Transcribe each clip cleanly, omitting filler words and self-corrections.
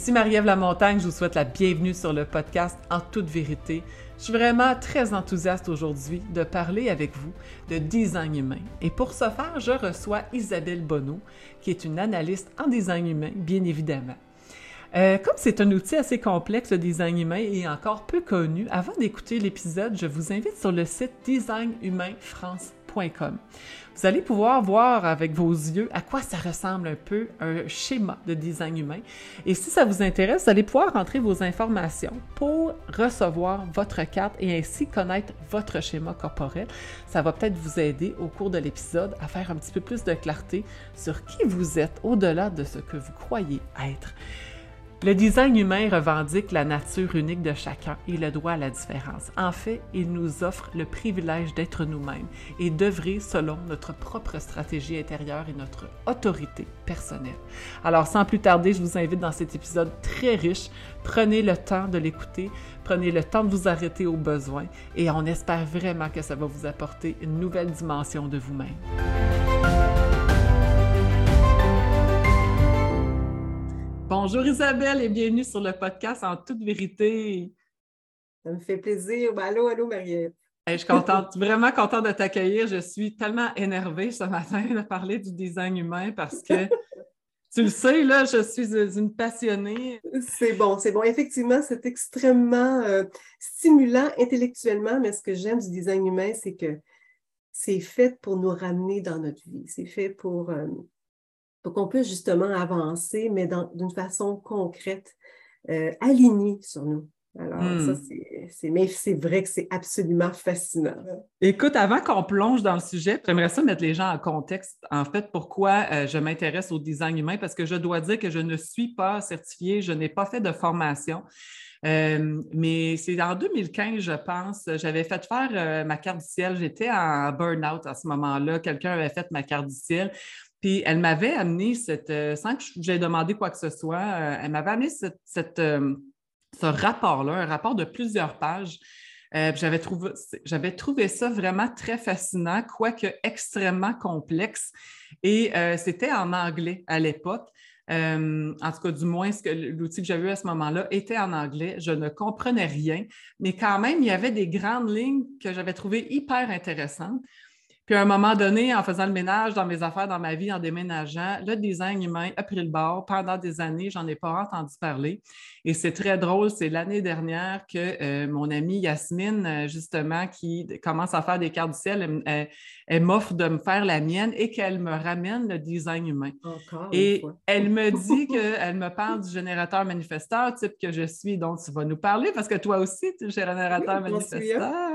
Ici Marie-Ève Lamontagne, je vous souhaite la bienvenue sur le podcast En toute vérité. Je suis vraiment très enthousiaste aujourd'hui de parler avec vous de design humain. Et pour ce faire, je reçois Isabelle Bonneau, qui est une analyste en design humain, bien évidemment. Comme c'est un outil assez complexe, le design humain, et encore peu connu, avant d'écouter l'épisode, je vous invite sur le site designhumainfrance.com. Vous allez pouvoir voir avec vos yeux à quoi ça ressemble un peu un schéma de design humain. Et si ça vous intéresse, vous allez pouvoir entrer vos informations pour recevoir votre carte et ainsi connaître votre schéma corporel. Ça va peut-être vous aider au cours de l'épisode à faire un petit peu plus de clarté sur qui vous êtes au-delà de ce que vous croyez être. Le design humain revendique la nature unique de chacun et le droit à la différence. En fait, il nous offre le privilège d'être nous-mêmes et d'œuvrer selon notre propre stratégie intérieure et notre autorité personnelle. Alors, sans plus tarder, je vous invite dans cet épisode très riche. Prenez le temps de l'écouter, prenez le temps de vous arrêter au besoin et on espère vraiment que ça va vous apporter une nouvelle dimension de vous-même. Bonjour Isabelle et bienvenue sur le podcast En toute vérité. Ça me fait plaisir. Allô, Marie-Ève. Je suis vraiment contente de t'accueillir. Je suis tellement énervée ce matin de parler du design humain parce que, tu le sais, là, je suis une passionnée. C'est bon. Effectivement, c'est extrêmement stimulant intellectuellement, mais ce que j'aime du design humain, c'est que c'est fait pour nous ramener dans notre vie. C'est fait pour qu'on puisse justement avancer, mais d'une façon concrète, alignée sur nous. Alors, ça, mais c'est vrai que c'est absolument fascinant. Écoute, avant qu'on plonge dans le sujet, j'aimerais ça mettre les gens en contexte, en fait, pourquoi je m'intéresse au design humain, parce que je dois dire que je ne suis pas certifiée, je n'ai pas fait de formation. Mais c'est en 2015, je pense, j'avais fait faire ma carte du ciel. J'étais en burn-out à ce moment-là. Quelqu'un avait fait ma carte du ciel. Puis elle m'avait amené sans que j'aie demandé quoi que ce soit, elle m'avait amené ce rapport-là, un rapport de plusieurs pages. J'avais trouvé ça vraiment très fascinant, quoique extrêmement complexe. Et c'était en anglais à l'époque. En tout cas, du moins, l'outil que j'avais eu à ce moment-là était en anglais. Je ne comprenais rien, mais quand même, il y avait des grandes lignes que j'avais trouvées hyper intéressantes. Puis à un moment donné, en faisant le ménage dans mes affaires, dans ma vie, en déménageant, le design humain a pris le bord. Pendant des années, j'en ai pas entendu parler. Et c'est très drôle, c'est l'année dernière que mon amie Yasmine, justement, qui commence à faire des cartes du ciel, elle m'offre de me faire la mienne et qu'elle me ramène le design humain. Encore et une fois. Elle me dit qu'elle me parle du générateur manifesteur, type que je suis, dont tu vas nous parler, parce que toi aussi, tu es générateur manifesteur.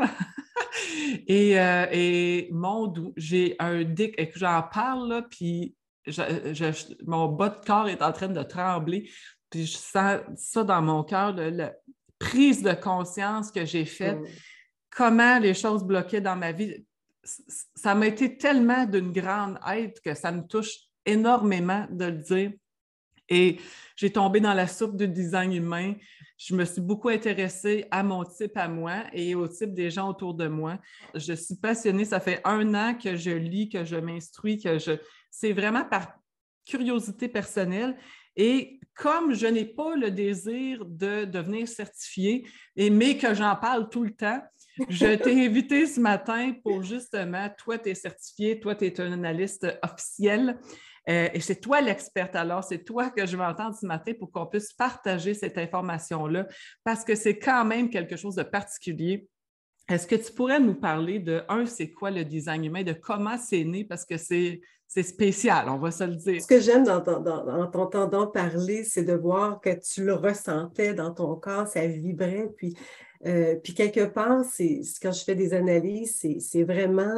Et mon doux, j'ai un dick, et que j'en parle, là, puis mon bas de corps est en train de trembler, puis je sens ça dans mon cœur, la prise de conscience que j'ai faite, comment les choses bloquaient dans ma vie. Ça m'a été tellement d'une grande aide que ça me touche énormément de le dire. Et j'ai tombé dans la soupe du design humain. Je me suis beaucoup intéressée à mon type à moi et au type des gens autour de moi. Je suis passionnée. Ça fait 1 an que je lis, que je m'instruis, c'est vraiment par curiosité personnelle. Et comme je n'ai pas le désir de devenir certifiée, mais que j'en parle tout le temps, je t'ai invité ce matin pour justement, toi, tu es certifiée, toi, tu es un analyste officiel. Et c'est toi l'experte, alors c'est toi que je vais entendre ce matin pour qu'on puisse partager cette information-là, parce que c'est quand même quelque chose de particulier. Est-ce que tu pourrais nous parler c'est quoi le design humain, de comment c'est né, parce que c'est spécial, on va se le dire. Ce que j'aime en t'entendant parler, c'est de voir que tu le ressentais dans ton corps, ça vibrait, puis quelque part, quand je fais des analyses, c'est vraiment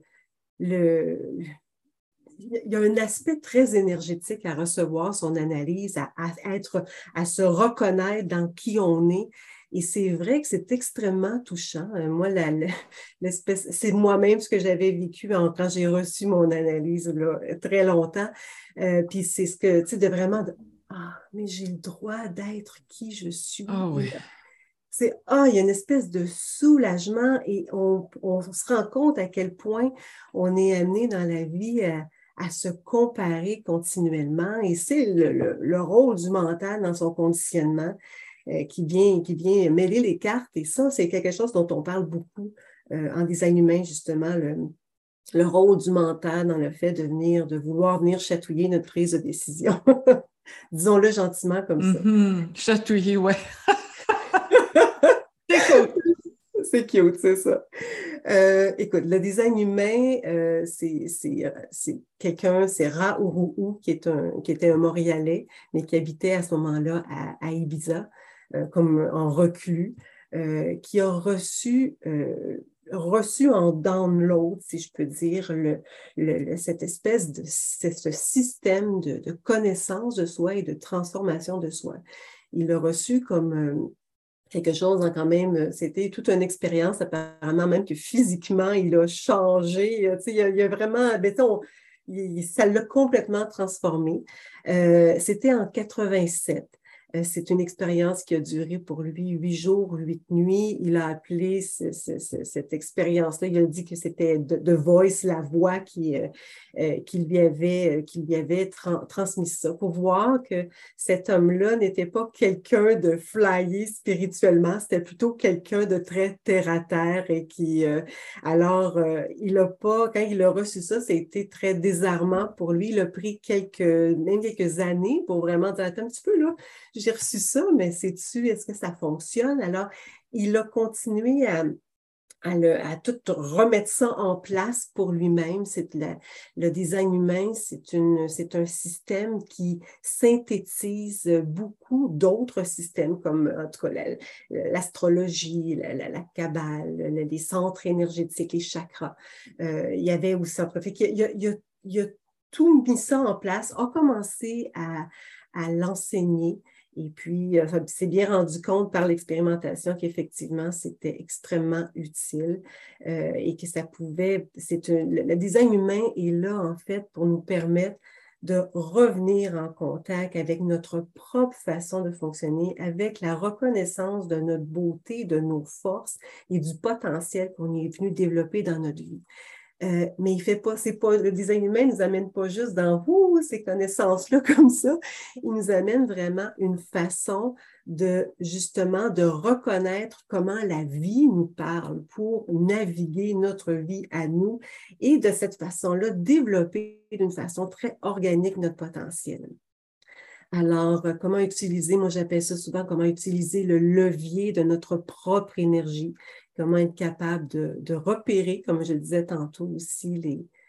il y a un aspect très énergétique à recevoir son analyse, à se reconnaître dans qui on est. Et c'est vrai que c'est extrêmement touchant. Moi, c'est moi-même ce que j'avais vécu quand j'ai reçu mon analyse là, très longtemps. Puis c'est ce que, tu sais, de vraiment, mais j'ai le droit d'être qui je suis. Ah oui. Il y a une espèce de soulagement et on se rend compte à quel point on est amené dans la vie à se comparer continuellement. Et c'est le rôle du mental dans son conditionnement qui vient mêler les cartes. Et ça, c'est quelque chose dont on parle beaucoup en design humain, justement, le rôle du mental dans le fait de vouloir venir chatouiller notre prise de décision. Disons-le gentiment comme ça. Chatouiller, ouais. C'est cool. C'est cute, c'est ça. Écoute, le design humain, c'est quelqu'un, c'est Ra Uru, qui était un Montréalais, mais qui habitait à ce moment-là à Ibiza, comme en reclus, qui a reçu en download, si je peux dire, cette espèce de ce système de connaissance de soi et de transformation de soi. Il l'a reçu comme quelque chose quand même, c'était toute une expérience, apparemment même que physiquement, il a changé, tu sais, il y a vraiment, ça l'a complètement transformé. C'était en 87. C'est une expérience qui a duré pour lui 8 jours, 8 nuits. Il a appelé cette expérience-là, il a dit que c'était The Voice, la voix qui lui avait transmis ça, pour voir que cet homme-là n'était pas quelqu'un de flyé spirituellement, c'était plutôt quelqu'un de très terre-à-terre et il a pas, quand il a reçu ça, ça a été très désarmant pour lui. Il a pris même quelques années pour vraiment dire, attends un petit peu là, j'ai reçu ça, mais est-ce que ça fonctionne? Alors, il a continué à tout remettre ça en place pour lui-même. Le design humain, c'est un système qui synthétise beaucoup d'autres systèmes, comme en tout cas l'astrologie, la Kabbale, les centres énergétiques, les chakras. Il y avait aussi, il a tout mis ça en place, a commencé à l'enseigner. Et puis, c'est bien rendu compte par l'expérimentation qu'effectivement, c'était extrêmement utile et que ça pouvait... Le design humain est là, en fait, pour nous permettre de revenir en contact avec notre propre façon de fonctionner, avec la reconnaissance de notre beauté, de nos forces et du potentiel qu'on est venu développer dans notre vie. Mais le design humain ne nous amène pas juste dans ces connaissances-là comme ça. Il nous amène vraiment une façon justement de reconnaître comment la vie nous parle pour naviguer notre vie à nous et de cette façon-là, développer d'une façon très organique notre potentiel. Alors, comment utiliser, moi j'appelle ça souvent, comment utiliser le levier de notre propre énergie, comment être capable de repérer, comme je le disais tantôt aussi,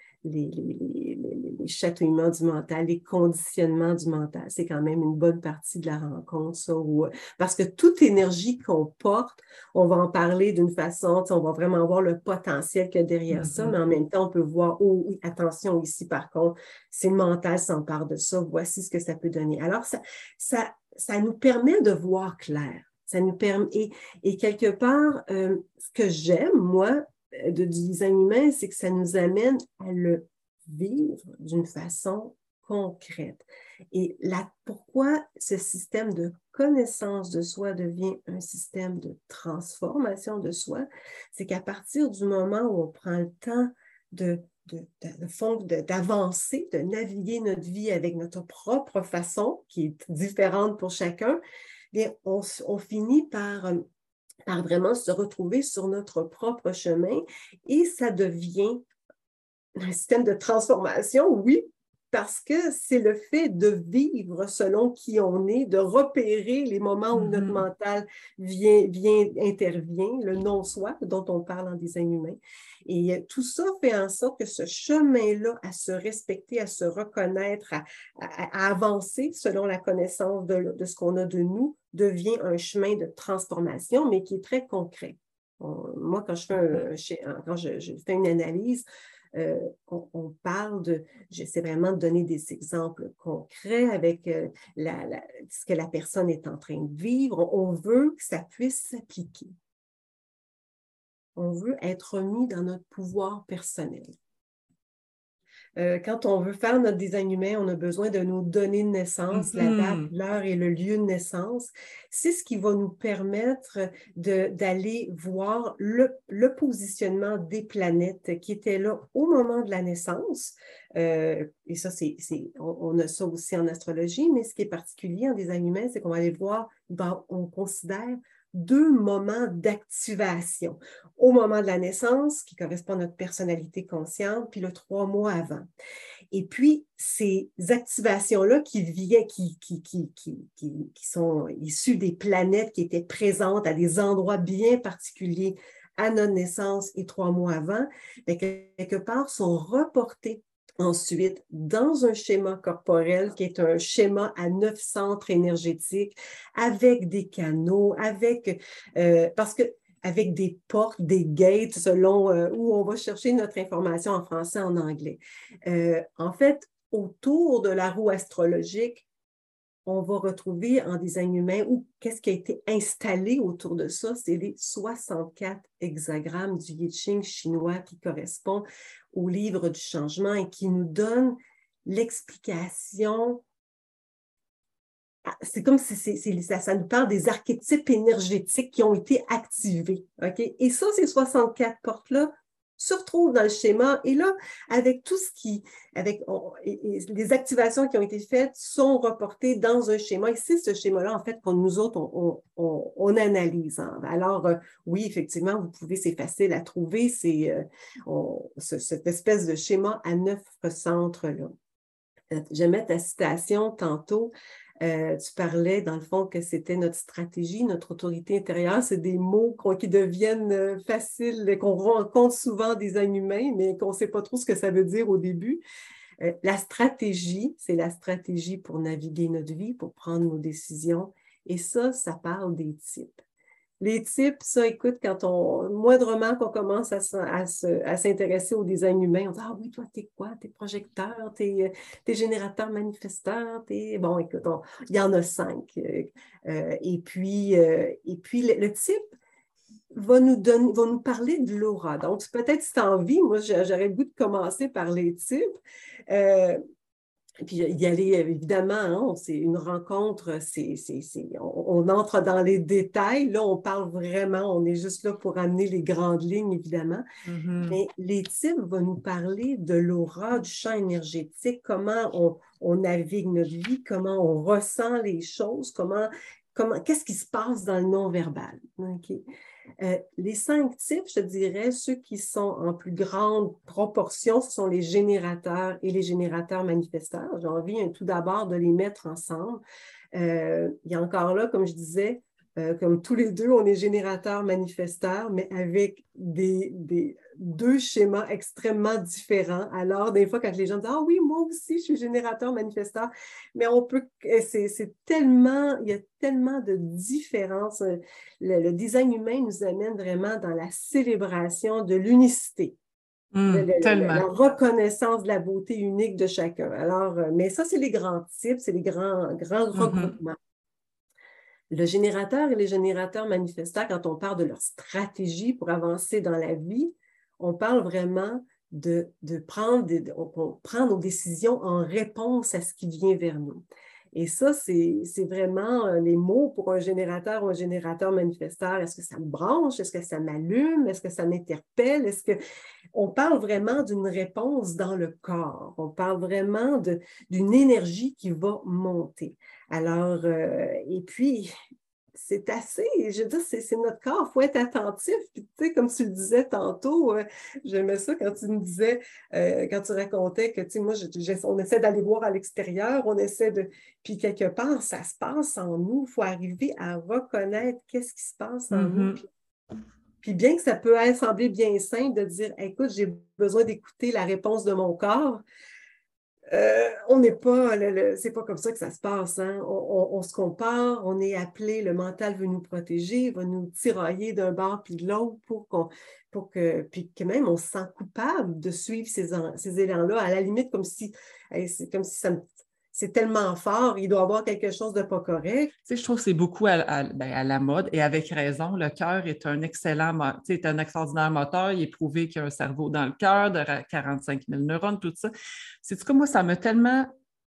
les chatouillements du mental, les conditionnements du mental. C'est quand même une bonne partie de la rencontre, ça. Parce que toute énergie qu'on porte, on va en parler d'une façon, on va vraiment voir le potentiel qu'il y a derrière ça, mais en même temps, on peut voir, oh oui, attention ici, par contre, si le mental s'empare de ça, voici ce que ça peut donner. Alors, ça nous permet de voir clair. Ça nous permet, et quelque part, ce que j'aime, moi, du design humain, c'est que ça nous amène à le vivre d'une façon concrète. Et pourquoi ce système de connaissance de soi devient un système de transformation de soi, c'est qu'à partir du moment où on prend le temps d'avancer, de naviguer notre vie avec notre propre façon, qui est différente pour chacun, bien, on finit par vraiment se retrouver sur notre propre chemin et ça devient un système de transformation, oui, parce que c'est le fait de vivre selon qui on est, de repérer les moments où notre mental intervient, le non-soi dont on parle en design humain. Et tout ça fait en sorte que ce chemin-là, à se respecter, à se reconnaître, à avancer selon la connaissance de ce qu'on a de nous, devient un chemin de transformation, mais qui est très concret. Moi, quand je fais une analyse, on parle j'essaie vraiment de donner des exemples concrets avec ce que la personne est en train de vivre. On veut que ça puisse s'appliquer. On veut être mis dans notre pouvoir personnel. Quand on veut faire notre design humain, on a besoin de nos données de naissance, la date, l'heure et le lieu de naissance. C'est ce qui va nous permettre d'aller voir le positionnement des planètes qui étaient là au moment de la naissance. Et ça, on a ça aussi en astrologie, mais ce qui est particulier en design humain, c'est qu'on va aller voir, on considère 2 moments d'activation. Au moment de la naissance, qui correspond à notre personnalité consciente, puis le 3 mois avant. Et puis, ces activations-là qui sont issues des planètes qui étaient présentes à des endroits bien particuliers à notre naissance et 3 mois avant, bien, quelque part, sont reportées ensuite dans un schéma corporel qui est un schéma à 9 centres énergétiques avec des canaux, parce que avec des portes, des gates, selon où on va chercher notre information en français, en anglais. En fait, autour de la roue astrologique, on va retrouver en design humain, ou qu'est-ce qui a été installé autour de ça, c'est les 64 hexagrammes du I Ching chinois qui correspond au livre du changement et qui nous donne l'explication. C'est comme si ça nous parle des archétypes énergétiques qui ont été activés. Okay? Et ça, ces 64 portes-là se retrouvent dans le schéma. Et là, avec tout ce qui... les activations qui ont été faites sont reportées dans un schéma. Et c'est ce schéma-là, en fait, que nous autres, on analyse. Hein. Alors, oui, effectivement, vous pouvez, c'est facile à trouver, cette espèce de schéma à 9 centres-là. J'aimais ta citation tantôt. Tu parlais, dans le fond, que c'était notre stratégie, notre autorité intérieure. C'est des mots qui deviennent faciles, qu'on rencontre souvent des design humains, mais qu'on ne sait pas trop ce que ça veut dire au début. La stratégie, c'est la stratégie pour naviguer notre vie, pour prendre nos décisions. Et ça parle des types. Les types, ça, écoute, moindrement qu'on commence à s'intéresser au design humain, on dit « Ah oui, toi, t'es quoi? T'es projecteur, t'es générateur manifesteur, Bon, écoute, il y en a 5. Et puis, le type va nous parler de l'aura. Donc, peut-être si tu as envie, moi, j'aurais le goût de commencer par les types. Puis y aller, évidemment, hein, c'est une rencontre, on entre dans les détails. Là, on parle vraiment, on est juste là pour amener les grandes lignes, évidemment. Mais les types vont nous parler de l'aura, du champ énergétique, comment on navigue notre vie, comment on ressent les choses, qu'est-ce qui se passe dans le non-verbal. Okay? Les 5 types, je te dirais, ceux qui sont en plus grande proportion, ce sont les générateurs et les générateurs manifesteurs. J'ai envie tout d'abord de les mettre ensemble. Il y a encore là, comme je disais, comme tous les deux, on est générateurs manifesteurs, mais avec deux schémas extrêmement différents. Alors, des fois, quand les gens disent « Ah oui, moi aussi, je suis générateur manifesteur », mais c'est tellement, il y a tellement de différences. Le design humain nous amène vraiment dans la célébration de l'unicité. La reconnaissance de la beauté unique de chacun. Alors, mais ça, c'est les grands types, c'est les grands regroupements. Le générateur et les générateurs manifestants, quand on parle de leur stratégie pour avancer dans la vie, on parle vraiment de on prend nos décisions en réponse à ce qui vient vers nous. Et ça, c'est vraiment les mots pour un générateur ou un générateur manifesteur. Est-ce que ça me branche? Est-ce que ça m'allume? Est-ce que ça m'interpelle? On parle vraiment d'une réponse dans le corps. On parle vraiment d'une énergie qui va monter. Alors, et puis, c'est assez, je veux dire, c'est notre corps, il faut être attentif. Puis, tu sais, comme tu le disais tantôt, j'aimais ça quand tu me disais, quand tu racontais que, tu sais, moi, on essaie d'aller voir à l'extérieur, puis quelque part, ça se passe en nous. Il faut arriver à reconnaître qu'est-ce qui se passe en nous. Puis bien que ça peut sembler bien simple de dire, écoute, j'ai besoin d'écouter la réponse de mon corps, on n'est pas, c'est pas comme ça que ça se passe. Hein? On se compare, on est appelé, le mental veut nous protéger, va nous tirailler d'un bord puis de l'autre puis que même on se sent coupable de suivre ces élans-là, à la limite comme si c'est tellement fort, il doit y avoir quelque chose de pas correct. Tu sais, je trouve que c'est beaucoup à la mode et avec raison. Le cœur est un est un extraordinaire moteur. Il est prouvé qu'il y a un cerveau dans le cœur de 45 000 neurones, tout ça. C'est comme moi, ça m'a tellement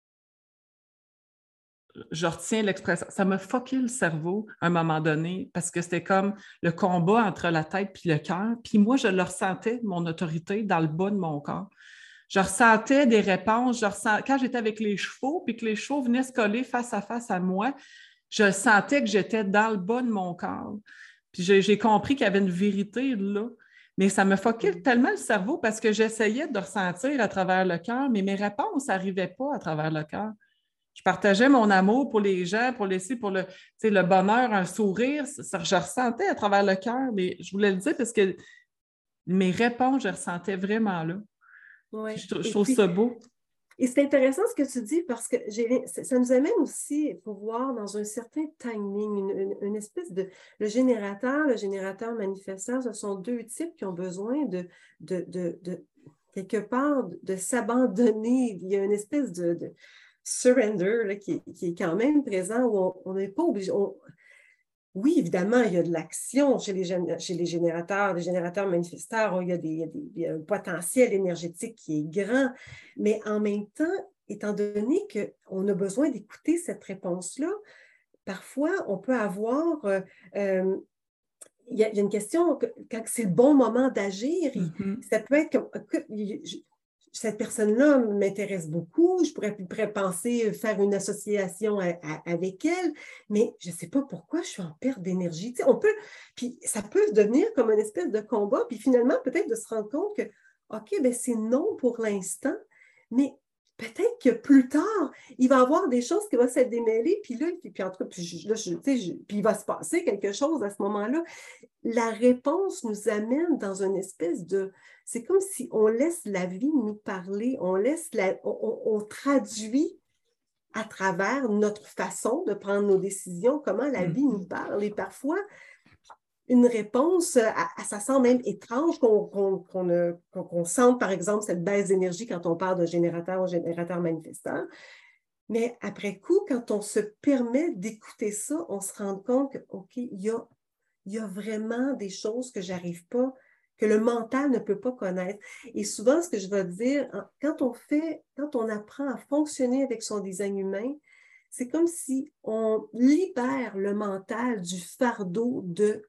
je retiens l'expression, ça m'a fucké le cerveau à un moment donné parce que c'était comme le combat entre la tête puis le cœur. Puis moi, je le ressentais, mon autorité, dans le bas de mon corps. Je ressentais des réponses. Quand j'étais avec les chevaux puis que les chevaux venaient se coller face à moi, je sentais que j'étais dans le bas de mon corps. Puis j'ai compris qu'il y avait une vérité là. Mais ça me fuckait tellement le cerveau parce que j'essayais de ressentir à travers le cœur, mais mes réponses n'arrivaient pas à travers le cœur. Je partageais mon amour pour les gens, pour le bonheur, un sourire. Je ressentais à travers le cœur, mais je voulais le dire parce que mes réponses, je ressentais vraiment là. Ouais. Je trouve ça beau. Et c'est intéressant ce que tu dis parce que ça nous amène aussi, il faut voir dans un certain timing, une espèce de... Le générateur manifesteur, ce sont deux types qui ont besoin de quelque part, de s'abandonner. Il y a une espèce de surrender là, qui est quand même présent où on n'est pas obligé. Oui, évidemment, il y a de l'action chez les générateurs manifesteurs, il y a un potentiel énergétique qui est grand, mais en même temps, étant donné qu'on a besoin d'écouter cette réponse-là, parfois, on peut avoir... il y a une question, quand c'est le bon moment d'agir, ça peut être comme... Cette personne-là m'intéresse beaucoup, je pourrais penser faire une association avec elle, mais je ne sais pas pourquoi je suis en perte d'énergie. Tu sais, puis ça peut devenir comme une espèce de combat, puis finalement, peut-être de se rendre compte que, OK, bien, c'est non pour l'instant, mais peut-être que plus tard, il va y avoir des choses qui vont s'être démêlées, puis là, puis en tout cas, puis il va se passer quelque chose à ce moment-là. La réponse nous amène dans une espèce de... C'est comme si on laisse la vie nous parler, on traduit à travers notre façon de prendre nos décisions, comment la vie nous parle. Et parfois, une réponse, ça semble même étrange qu'on sente, par exemple, cette baisse d'énergie quand on parle d'un générateur ou générateur manifesteur. Mais après coup, quand on se permet d'écouter ça, on se rend compte que, OK, il y a vraiment des choses que j'arrive pas, que le mental ne peut pas connaître. Et souvent, ce que je vais dire, quand on apprend à fonctionner avec son design humain, c'est comme si on libère le mental du fardeau de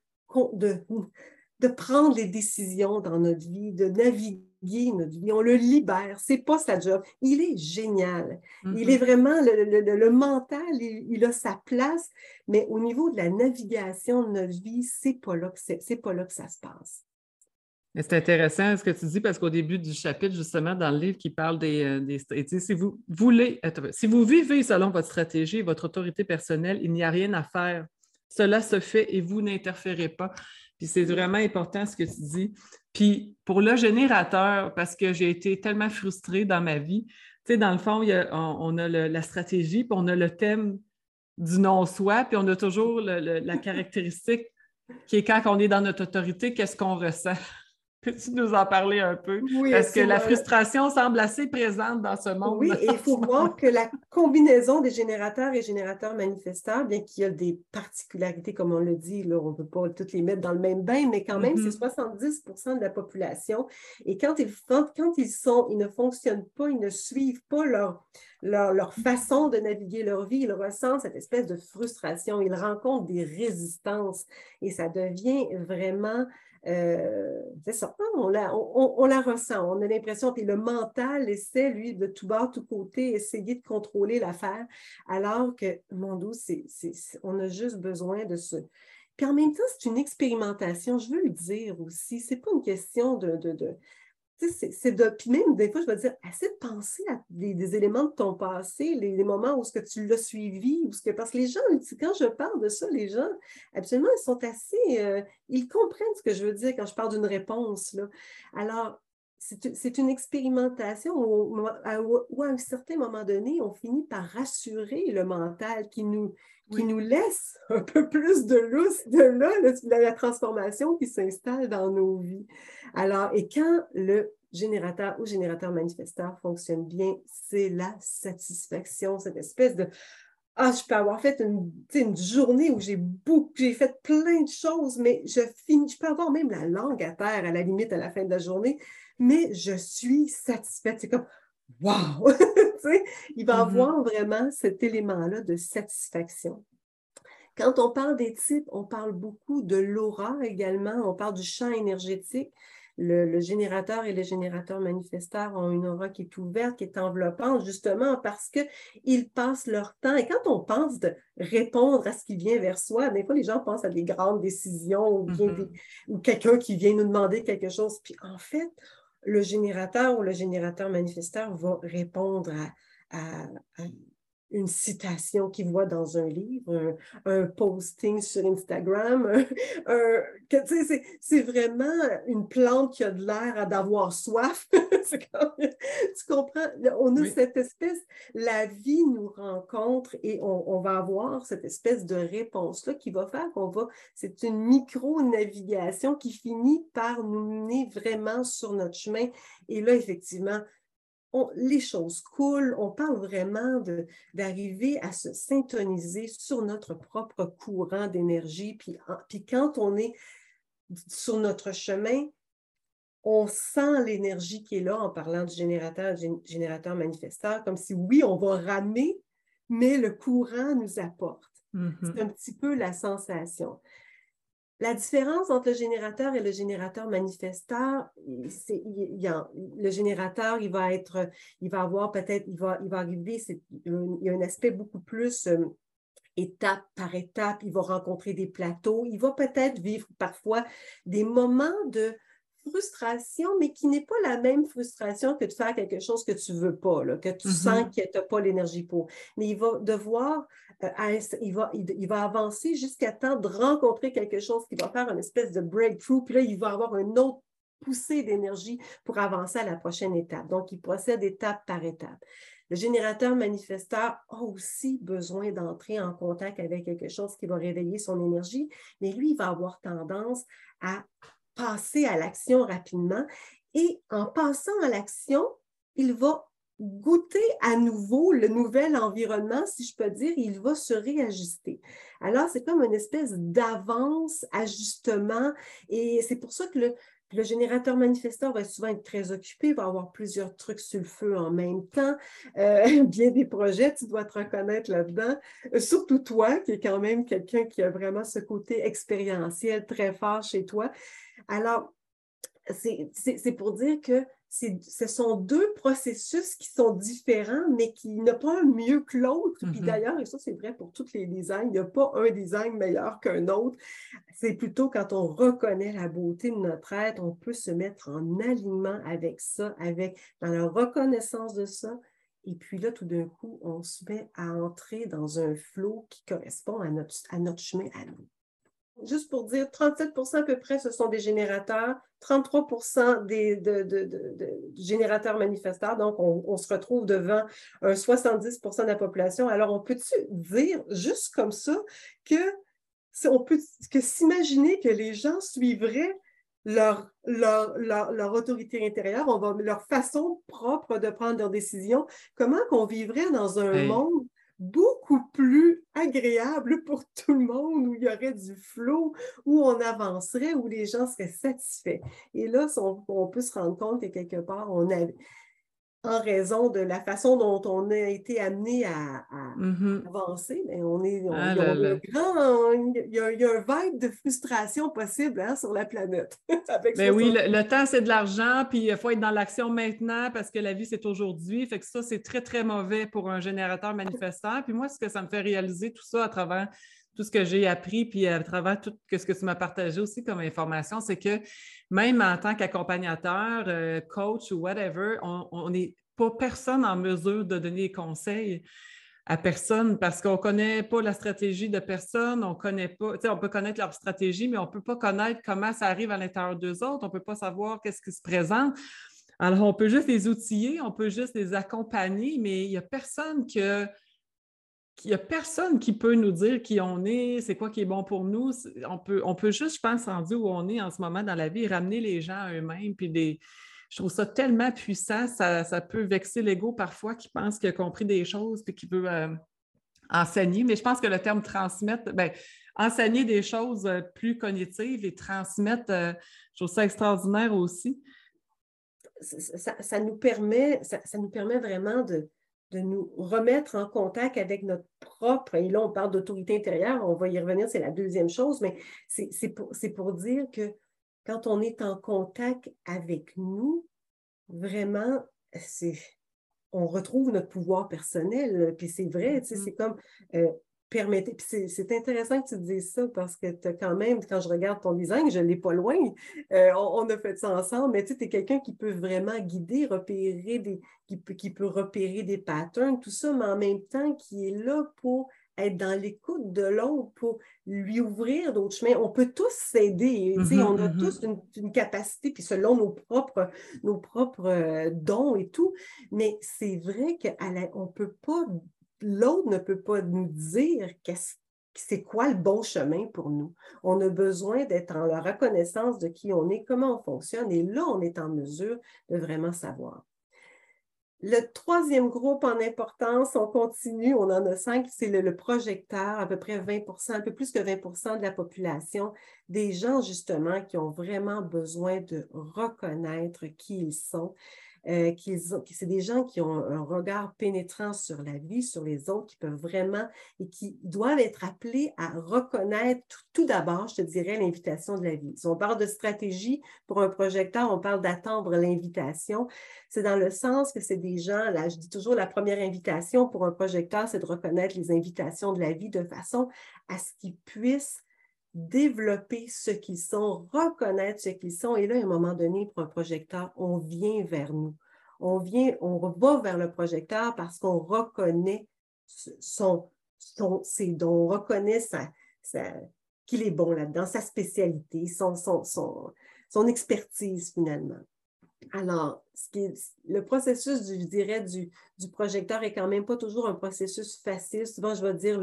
prendre les décisions dans notre vie, de naviguer notre vie. On le libère. C'est pas sa job. Il est génial. Il est vraiment, le mental, il a sa place, mais au niveau de la navigation de notre vie, c'est pas là que ça se passe. C'est intéressant ce que tu dis parce qu'au début du chapitre, justement, dans le livre qui parle des si vous vivez selon votre stratégie, votre autorité personnelle, il n'y a rien à faire. Cela se fait et vous n'interférez pas. Puis c'est vraiment important ce que tu dis. Puis pour le générateur, parce que j'ai été tellement frustrée dans ma vie, tu sais, dans le fond, on a la stratégie, puis on a le thème du non-soi, puis on a toujours la caractéristique qui est quand on est dans notre autorité, qu'est-ce qu'on ressent? Peux-tu nous en parler un peu? Oui, parce que la frustration semble assez présente dans ce monde. Oui, et il faut voir que la combinaison des générateurs et générateurs manifesteurs, bien qu'il y a des particularités, comme on le dit, là, on ne peut pas toutes les mettre dans le même bain, mais quand même, c'est 70% de la population. Et quand ils ne fonctionnent pas, ils ne suivent pas leur façon de naviguer leur vie, ils ressentent cette espèce de frustration, ils rencontrent des résistances et ça devient vraiment... c'est ça, on la ressent, on a l'impression, puis le mental essaie, lui, de tout bas, tout côté, essayer de contrôler l'affaire, alors que, mon Dieu, on a juste besoin de ce... Puis en même temps, c'est une expérimentation, je veux le dire aussi, c'est pas une question puis même des fois, je vais dire, assez de penser à des éléments de ton passé, les moments où tu l'as suivi, parce que les gens, quand je parle de ça, les gens, absolument, ils sont assez, ils comprennent ce que je veux dire quand je parle d'une réponse, là. Alors, c'est une expérimentation où à un certain moment donné, on finit par rassurer le mental qui nous laisse un peu plus de lousse de là, la transformation qui s'installe dans nos vies. Alors, et quand le générateur ou générateur manifesteur fonctionne bien, c'est la satisfaction, cette espèce de je peux avoir fait une journée où j'ai fait plein de choses, mais je peux avoir même la langue à terre à la limite à la fin de la journée, mais je suis satisfaite. C'est comme wow! Il va avoir vraiment cet élément-là de satisfaction. Quand on parle des types, on parle beaucoup de l'aura également, on parle du champ énergétique. Le générateur et le générateur manifesteur ont une aura qui est ouverte, qui est enveloppante, justement parce qu'ils passent leur temps. Et quand on pense de répondre à ce qui vient vers soi, des fois, les gens pensent à des grandes décisions ou quelqu'un qui vient nous demander quelque chose. Puis en fait, le générateur ou le générateur manifesteur va répondre à une citation qu'il voit dans un livre, un posting sur Instagram. C'est vraiment une plante qui a de l'air d'avoir soif. Tu comprends? On a cette espèce, la vie nous rencontre et on va avoir cette espèce de réponse-là qui va faire c'est une micro-navigation qui finit par nous mener vraiment sur notre chemin. Et là, effectivement, les choses coulent, on parle vraiment d'arriver à se syntoniser sur notre propre courant d'énergie. Puis quand on est sur notre chemin, on sent l'énergie qui est là en parlant du générateur manifesteur, comme si oui, on va ramer, mais le courant nous apporte. C'est un petit peu la sensation. La différence entre le générateur et le générateur manifesteur, le générateur, il va avoir peut-être, il va arriver, il y a un aspect beaucoup plus étape par étape, il va rencontrer des plateaux, il va peut-être vivre parfois des moments de frustration, mais qui n'est pas la même frustration que de faire quelque chose que tu ne veux pas, là, que tu sens que tu n'as pas l'énergie pour. Mais il va devoir, il va avancer jusqu'à temps de rencontrer quelque chose qui va faire une espèce de breakthrough, puis là, il va avoir une autre poussée d'énergie pour avancer à la prochaine étape. Donc, il procède étape par étape. Le générateur manifesteur a aussi besoin d'entrer en contact avec quelque chose qui va réveiller son énergie, mais lui, il va avoir tendance à passer à l'action rapidement et en passant à l'action, il va goûter à nouveau le nouvel environnement, si je peux dire, il va se réajuster. Alors, c'est comme une espèce d'avance, ajustement, et c'est pour ça que le générateur manifesteur va souvent être très occupé, il va avoir plusieurs trucs sur le feu en même temps, bien des projets, tu dois te reconnaître là-dedans, surtout toi, qui est quand même quelqu'un qui a vraiment ce côté expérientiel très fort chez toi. Alors, c'est pour dire que ce sont deux processus qui sont différents, mais qui n'ont pas un mieux que l'autre. Puis d'ailleurs, et ça c'est vrai pour tous les designs, il n'y a pas un design meilleur qu'un autre. C'est plutôt quand on reconnaît la beauté de notre être, on peut se mettre en alignement avec ça, dans la reconnaissance de ça. Et puis là, tout d'un coup, on se met à entrer dans un flow qui correspond à notre chemin à nous. Juste pour dire, 37% à peu près, ce sont des générateurs, 33% de générateurs manifesteurs. Donc, on se retrouve devant 70% de la population. Alors, on peut-tu dire juste comme ça que s'imaginer que les gens suivraient leur autorité intérieure, leur façon propre de prendre leurs décisions, comment qu'on vivrait dans un monde beaucoup plus agréable pour tout le monde, où il y aurait du flow, où on avancerait, où les gens seraient satisfaits. Et là, on peut se rendre compte que quelque part, en raison de la façon dont on a été amené à avancer, mais il y a un vibe de frustration possible sur la planète. Ben oui, le temps, c'est de l'argent, puis il faut être dans l'action maintenant parce que la vie, c'est aujourd'hui. Fait que ça, c'est très, très mauvais pour un générateur manifestant. Puis moi, ce que ça me fait réaliser tout ça à travers tout ce que j'ai appris, puis à travers tout ce que tu m'as partagé aussi comme information, c'est que même en tant qu'accompagnateur, coach ou whatever, on n'est pas personne en mesure de donner des conseils à personne parce qu'on ne connaît pas la stratégie de personne, on connaît pas, on peut connaître leur stratégie, mais on ne peut pas connaître comment ça arrive à l'intérieur d'eux autres, on ne peut pas savoir qu'est-ce qui se présente. Alors, on peut juste les outiller, on peut juste les accompagner, mais il n'y a personne qui peut nous dire qui on est, c'est quoi qui est bon pour nous. On peut juste, je pense, rendu où on est en ce moment dans la vie, ramener les gens à eux-mêmes. Je trouve ça tellement puissant, ça peut vexer l'ego parfois qui pense qu'il a compris des choses puis qui veut enseigner. Mais je pense que le terme transmettre, ben, enseigner des choses plus cognitives et transmettre, je trouve ça extraordinaire aussi. Ça nous permet vraiment de nous remettre en contact avec notre propre, et là on parle d'autorité intérieure, on va y revenir, c'est la deuxième chose, mais c'est pour dire que quand on est en contact avec nous, vraiment, on retrouve notre pouvoir personnel. Puis c'est vrai, tu sais, c'est comme permettez. Puis c'est intéressant que tu dises ça parce que tu as quand même, quand je regarde ton design, je ne l'ai pas loin. On a fait ça ensemble, mais tu sais, es quelqu'un qui peut vraiment guider, qui peut repérer des patterns, tout ça, mais en même temps qui est là pour être dans l'écoute de l'autre, pour lui ouvrir d'autres chemins. On peut tous s'aider, tu sais, on a tous une capacité, puis selon nos propres dons et tout, mais c'est vrai qu'on peut pas, l'autre ne peut pas nous dire c'est quoi le bon chemin pour nous. On a besoin d'être en la reconnaissance de qui on est, comment on fonctionne, et là, on est en mesure de vraiment savoir. Le troisième groupe en importance, on continue, on en a 5, c'est le projecteur, à peu près 20%, un peu plus que 20% de la population, des gens justement qui ont vraiment besoin de reconnaître qui ils sont. C'est des gens qui ont un regard pénétrant sur la vie, sur les autres, qui peuvent vraiment et qui doivent être appelés à reconnaître tout d'abord, je te dirais, l'invitation de la vie. Si on parle de stratégie pour un projecteur, on parle d'attendre l'invitation. C'est dans le sens que c'est des gens, là, je dis toujours la première invitation pour un projecteur, c'est de reconnaître les invitations de la vie de façon à ce qu'ils puissent développer ce qu'ils sont, reconnaître ce qu'ils sont. Et là, à un moment donné, pour un projecteur, on vient vers nous. On va vers le projecteur parce qu'on reconnaît ses dons, on reconnaît qu'il est bon là-dedans, sa spécialité, son expertise finalement. Alors, le processus, je dirais, du projecteur est quand même pas toujours un processus facile. Souvent, je vais dire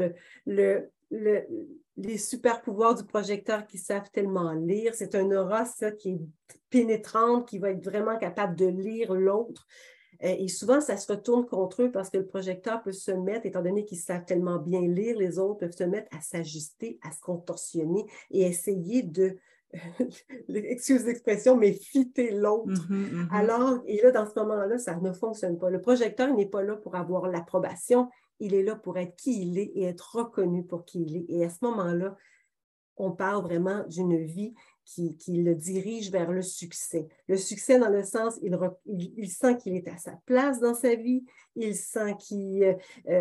les super pouvoirs du projecteur qui savent tellement lire. C'est un aura, ça, qui est pénétrante, qui va être vraiment capable de lire l'autre. Et souvent, ça se retourne contre eux parce que le projecteur peut se mettre, étant donné qu'ils savent tellement bien lire, les autres peuvent se mettre à s'ajuster, à se contorsionner et essayer de excuse l'expression, mais fitter l'autre. Alors, et là, dans ce moment-là, ça ne fonctionne pas. Le projecteur n'est pas là pour avoir l'approbation, il est là pour être qui il est et être reconnu pour qui il est. Et à ce moment-là, on parle vraiment d'une vie qui le dirige vers le succès. Le succès dans le sens, il sent qu'il est à sa place dans sa vie, il sent qu'il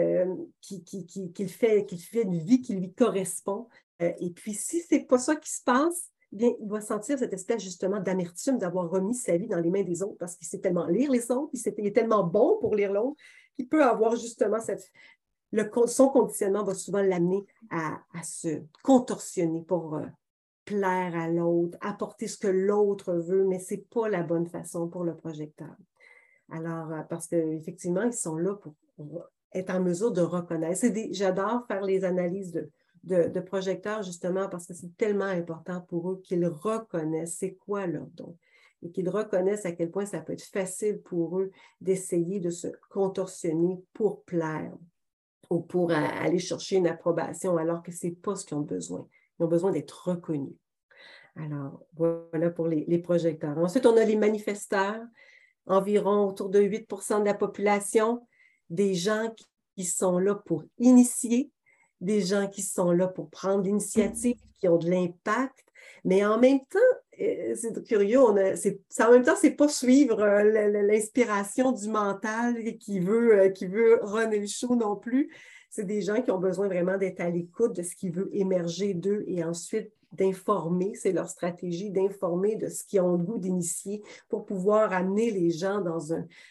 fait une vie qui lui correspond. Et puis, si ce n'est pas ça qui se passe, bien, il va sentir cette espèce justement d'amertume d'avoir remis sa vie dans les mains des autres parce qu'il sait tellement lire les autres, il est tellement bon pour lire l'autre qu'il peut avoir justement son conditionnement va souvent l'amener à se contorsionner pour plaire à l'autre, apporter ce que l'autre veut, mais ce n'est pas la bonne façon pour le projecteur. Alors, parce qu'effectivement, ils sont là pour être en mesure de reconnaître. J'adore faire les analyses de projecteurs, justement, parce que c'est tellement important pour eux qu'ils reconnaissent c'est quoi leur don et qu'ils reconnaissent à quel point ça peut être facile pour eux d'essayer de se contorsionner pour plaire ou pour aller chercher une approbation, alors que ce n'est pas ce qu'ils ont besoin. Ils ont besoin d'être reconnus. Alors, voilà pour les projecteurs. Ensuite, on a les manifesteurs, environ autour de 8% de la population, des gens qui sont là pour initier, des gens qui sont là pour prendre l'initiative, qui ont de l'impact, mais en même temps, c'est curieux, en même temps, c'est pas suivre l'inspiration du mental qui veut runner le show non plus. C'est des gens qui ont besoin vraiment d'être à l'écoute de ce qui veut émerger d'eux et ensuite d'informer, c'est leur stratégie, d'informer de ce qu'ils ont le goût d'initier pour pouvoir amener les gens dans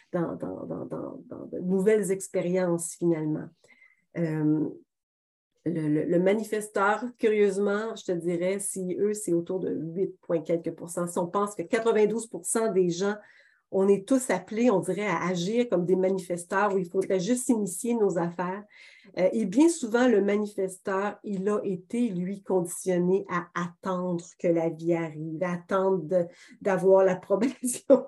de nouvelles expériences finalement. Le manifesteur, curieusement, je te dirais, si eux, c'est autour de 8 quelques pourcents. Si on pense que 92% des gens on est tous appelés, on dirait, à agir comme des manifesteurs où il faudrait juste initier nos affaires. Et bien souvent, le manifesteur, il a été, lui, conditionné à attendre que la vie arrive, à attendre d'avoir l'approbation.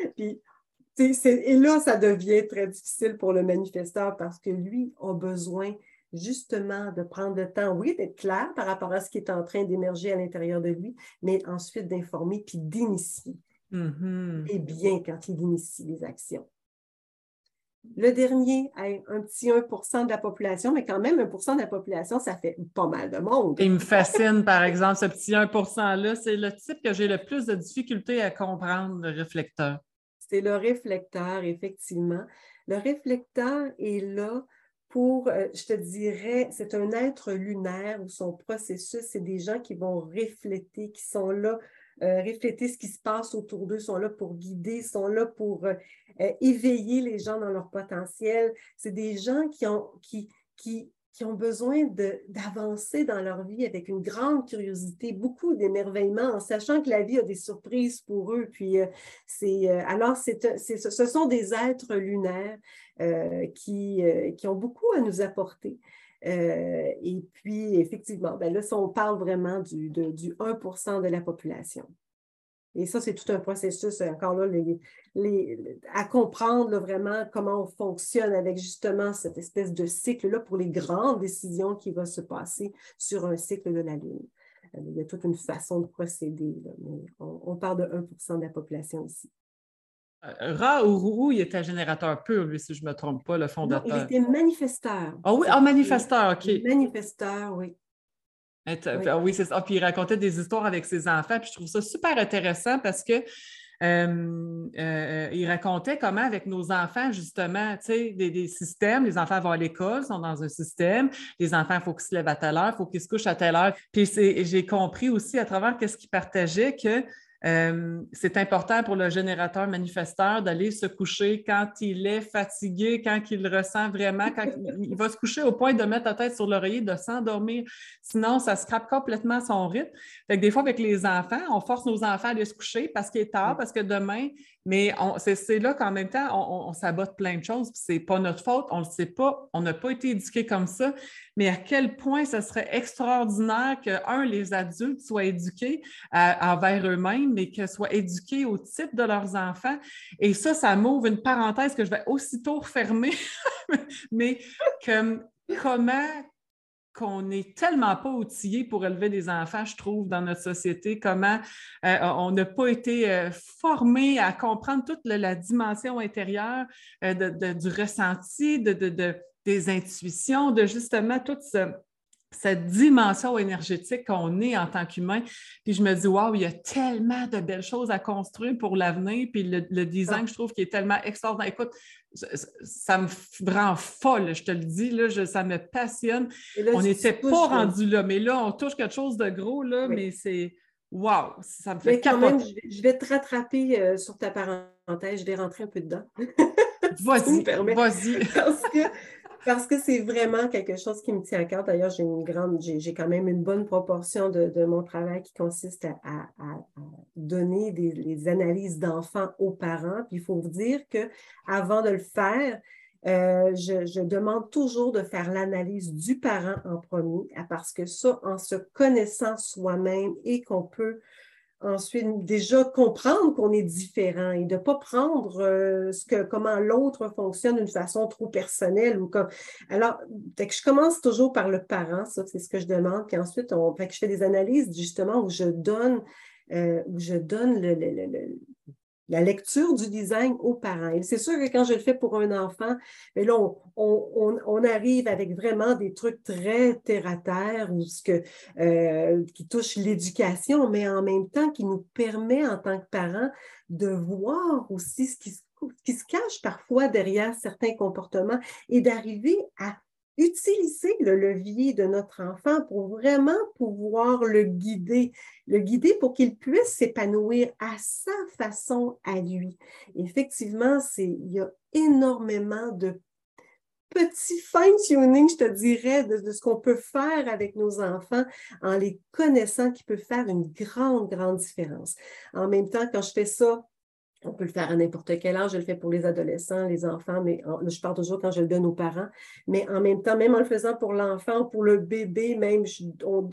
Et là, ça devient très difficile pour le manifesteur parce que lui a besoin justement de prendre le temps, oui, d'être clair par rapport à ce qui est en train d'émerger à l'intérieur de lui, mais ensuite d'informer puis d'initier. Et bien quand il initie les actions. Le dernier, un petit 1% de la population, mais quand même 1% de la population, ça fait pas mal de monde. Il me fascine, par exemple, ce petit 1%-là. C'est le type que j'ai le plus de difficulté à comprendre, le réflecteur. C'est le réflecteur, effectivement. Le réflecteur est là pour, je te dirais, c'est un être lunaire où son processus, c'est des gens qui vont refléter, qui sont là, refléter ce qui se passe autour d'eux, sont là pour guider, sont là pour éveiller les gens dans leur potentiel. C'est des gens qui ont besoin d'avancer dans leur vie avec une grande curiosité, beaucoup d'émerveillement, en sachant que la vie a des surprises pour eux. Puis, ce sont des êtres lunaires qui ont beaucoup à nous apporter. Et puis, effectivement, ben là, ça, on parle vraiment du 1% de la population. Et ça, c'est tout un processus, encore là, à comprendre là, vraiment comment on fonctionne avec justement cette espèce de cycle-là pour les grandes décisions qui vont se passer sur un cycle de la Lune. Il y a toute une façon de procéder, là, mais on parle de 1% de la population ici. Ra Uru, il était générateur pur, lui, si je ne me trompe pas, le fondateur. Non, il était manifesteur. Ah oui, manifesteur, OK. Manifesteur, oui. Oui, oui c'est ça. Puis il racontait des histoires avec ses enfants, puis je trouve ça super intéressant parce que il racontait comment avec nos enfants, justement, tu sais, des systèmes, les enfants vont à l'école, sont dans un système, les enfants, il faut qu'ils se lèvent à telle heure, il faut qu'ils se couchent à telle heure. Puis j'ai compris aussi à travers ce qu'il partageait que c'est important pour le générateur manifesteur d'aller se coucher quand il est fatigué, quand il ressent vraiment, quand il va se coucher au point de mettre la tête sur l'oreiller, de s'endormir. Sinon, ça scrape complètement son rythme. Fait que des fois, avec les enfants, on force nos enfants à aller se coucher parce qu'il est tard, parce que demain, mais c'est là qu'en même temps, on sabote plein de choses, puis c'est pas notre faute, on le sait pas, on n'a pas été éduqués comme ça, mais à quel point ce serait extraordinaire que, les adultes soient éduqués envers eux-mêmes, mais qu'ils soient éduqués au type de leurs enfants. Et ça m'ouvre une parenthèse que je vais aussitôt refermer, mais comment qu'on n'est tellement pas outillés pour élever des enfants, je trouve, dans notre société, comment on n'a pas été formés à comprendre toute la dimension intérieure du ressenti, des intuitions, de justement toute cette dimension énergétique qu'on est en tant qu'humain. Puis je me dis, waouh, il y a tellement de belles choses à construire pour l'avenir. Puis le design, je trouve qu'il est tellement extraordinaire. Écoute, ça me rend folle, je te le dis, là, ça me passionne. Là, on n'était pas rendu là, mais là, on touche quelque chose de gros, là, mais c'est wow, ça me fait mais quand même, je vais te rattraper sur ta parenthèse, je vais rentrer un peu dedans. Vas-y, vas-y. Parce que c'est vraiment quelque chose qui me tient à cœur. D'ailleurs, j'ai quand même une bonne proportion de mon travail qui consiste à donner les analyses d'enfants aux parents. Puis il faut vous dire qu'avant de le faire, je demande toujours de faire l'analyse du parent en premier, parce que ça, en se connaissant soi-même et qu'on peut ensuite déjà comprendre qu'on est différent et de ne pas prendre comment l'autre fonctionne d'une façon trop personnelle. Alors, je commence toujours par le parent, ça c'est ce que je demande, puis ensuite je fais des analyses justement où je donne la lecture du design aux parents. Et c'est sûr que quand je le fais pour un enfant, mais là, on arrive avec vraiment des trucs très terre-à-terre qui touchent l'éducation, mais en même temps qui nous permet en tant que parents de voir aussi ce qui se cache parfois derrière certains comportements et d'arriver à utiliser le levier de notre enfant pour vraiment pouvoir le guider pour qu'il puisse s'épanouir à sa façon à lui. Effectivement, il y a énormément de petits fine-tuning, je te dirais, de ce qu'on peut faire avec nos enfants en les connaissant qui peut faire une grande, grande différence. En même temps, quand je fais ça, On peut le faire à n'importe quel âge. Je le fais pour les adolescents, les enfants, mais je parle toujours quand je le donne aux parents. Mais en même temps, même en le faisant pour l'enfant, pour le bébé, même, je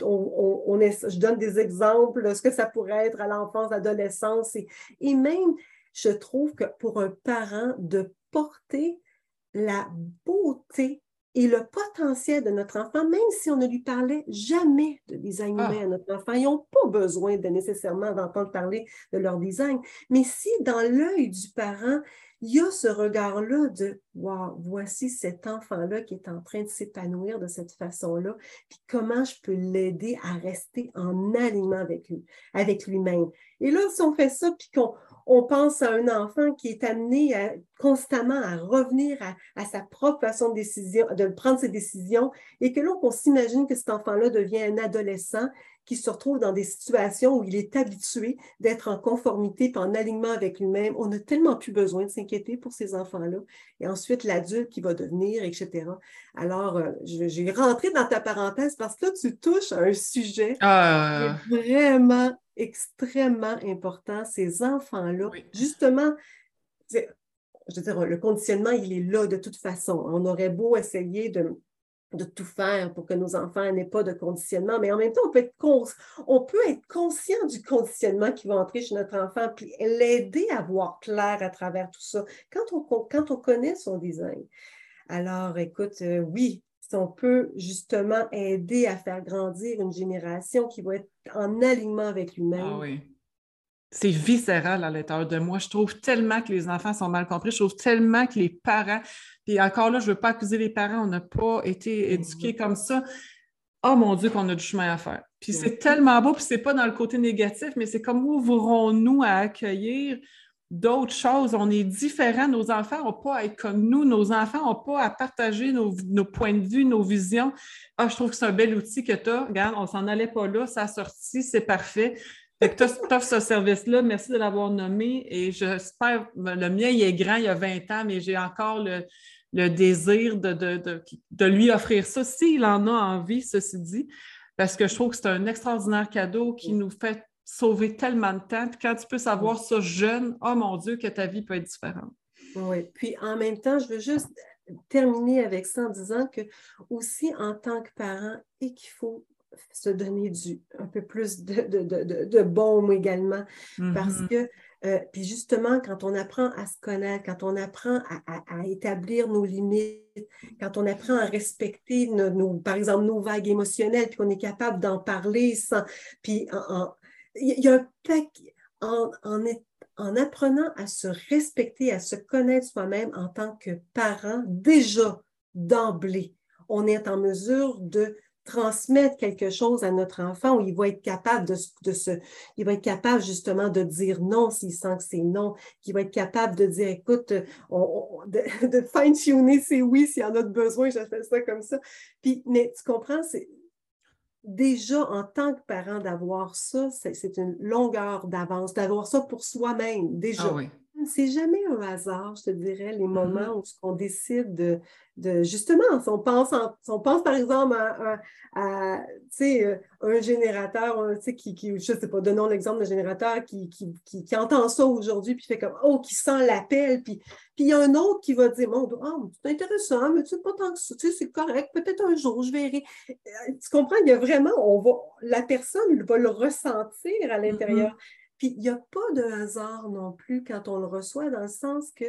donne des exemples de ce que ça pourrait être à l'enfance, à l'adolescence. Et même, je trouve que pour un parent, de porter la beauté et le potentiel de notre enfant, même si on ne lui parlait jamais de design humain à notre enfant, ils n'ont pas besoin nécessairement d'entendre parler de leur design. Mais si dans l'œil du parent, il y a ce regard-là de « Wow, voici cet enfant-là qui est en train de s'épanouir de cette façon-là, puis comment je peux l'aider à rester en alignement avec lui-même. » Et là, si on fait ça, puis qu'on pense à un enfant qui est amené constamment à revenir à sa propre façon de prendre ses décisions, et que là, on s'imagine que cet enfant-là devient un adolescent qui se retrouve dans des situations où il est habitué d'être en conformité et en alignement avec lui-même. On n'a tellement plus besoin de s'inquiéter pour ces enfants-là. Et ensuite, l'adulte qui va devenir, etc. Alors, j'ai rentré dans ta parenthèse parce que là, tu touches à un sujet qui est vraiment extrêmement important. Ces enfants-là, justement, je veux dire, le conditionnement, il est là de toute façon. On aurait beau essayer de tout faire pour que nos enfants n'aient pas de conditionnement, mais en même temps, on peut être conscient du conditionnement qui va entrer chez notre enfant, puis l'aider à voir clair à travers tout ça, quand on connaît son design. Alors, écoute, oui, si on peut justement aider à faire grandir une génération qui va être en alignement avec lui-même. Ah oui. C'est viscéral à l'intérieur de moi. Je trouve tellement que les enfants sont mal compris. Je trouve tellement que les parents, puis encore là, je ne veux pas accuser les parents, on n'a pas été éduqués comme ça. Oh mon Dieu, qu'on a du chemin à faire. Puis c'est tellement beau, puis c'est pas dans le côté négatif, mais c'est comme ouvrons-nous à accueillir d'autres choses. On est différents. Nos enfants n'ont pas à être comme nous. Nos enfants n'ont pas à partager nos points de vue, nos visions. Ah, je trouve que c'est un bel outil que tu as. Regarde, on s'en allait pas là, ça a sorti, c'est parfait. Fait que tu offres ce service-là, merci de l'avoir nommé et j'espère, le mien, il est grand, il y a 20 ans, mais j'ai encore le désir de lui offrir ça, s'il en a envie, ceci dit, parce que je trouve que c'est un extraordinaire cadeau qui nous fait sauver tellement de temps. Puis quand tu peux savoir ça jeune, oh mon Dieu, que ta vie peut être différente. Oui, puis en même temps, je veux juste terminer avec ça en disant que aussi en tant que parent, et qu'il faut se donner un peu plus de baume également, parce que, puis justement, quand on apprend à se connaître, quand on apprend à établir nos limites, quand on apprend à respecter, par exemple, nos vagues émotionnelles, puis qu'on est capable d'en parler sans... Puis il y a un paquet... En apprenant à se respecter, à se connaître soi-même en tant que parent, déjà d'emblée, on est en mesure de transmettre quelque chose à notre enfant où il va être capable il va être capable justement de dire non s'il sent que c'est non, qu'il va être capable de dire écoute, de fine-tuner ses oui s'il y en a de besoin, j'appelle ça comme ça. Puis, mais tu comprends, c'est déjà en tant que parent d'avoir ça, c'est une longueur d'avance, d'avoir ça pour soi-même déjà. Ah oui. C'est jamais un hasard, je te dirais, les moments où on décide justement, si on pense par exemple à un générateur, je sais pas, donnons l'exemple d'un générateur qui entend ça aujourd'hui, puis fait comme, oh, qui sent l'appel, puis il y a un autre qui va dire, c'est intéressant, mais c'est pas tant que ça, c'est correct, peut-être un jour, je verrai. Tu comprends, il y a vraiment, la personne va le ressentir à l'intérieur. Puis, il n'y a pas de hasard non plus quand on le reçoit, dans le sens que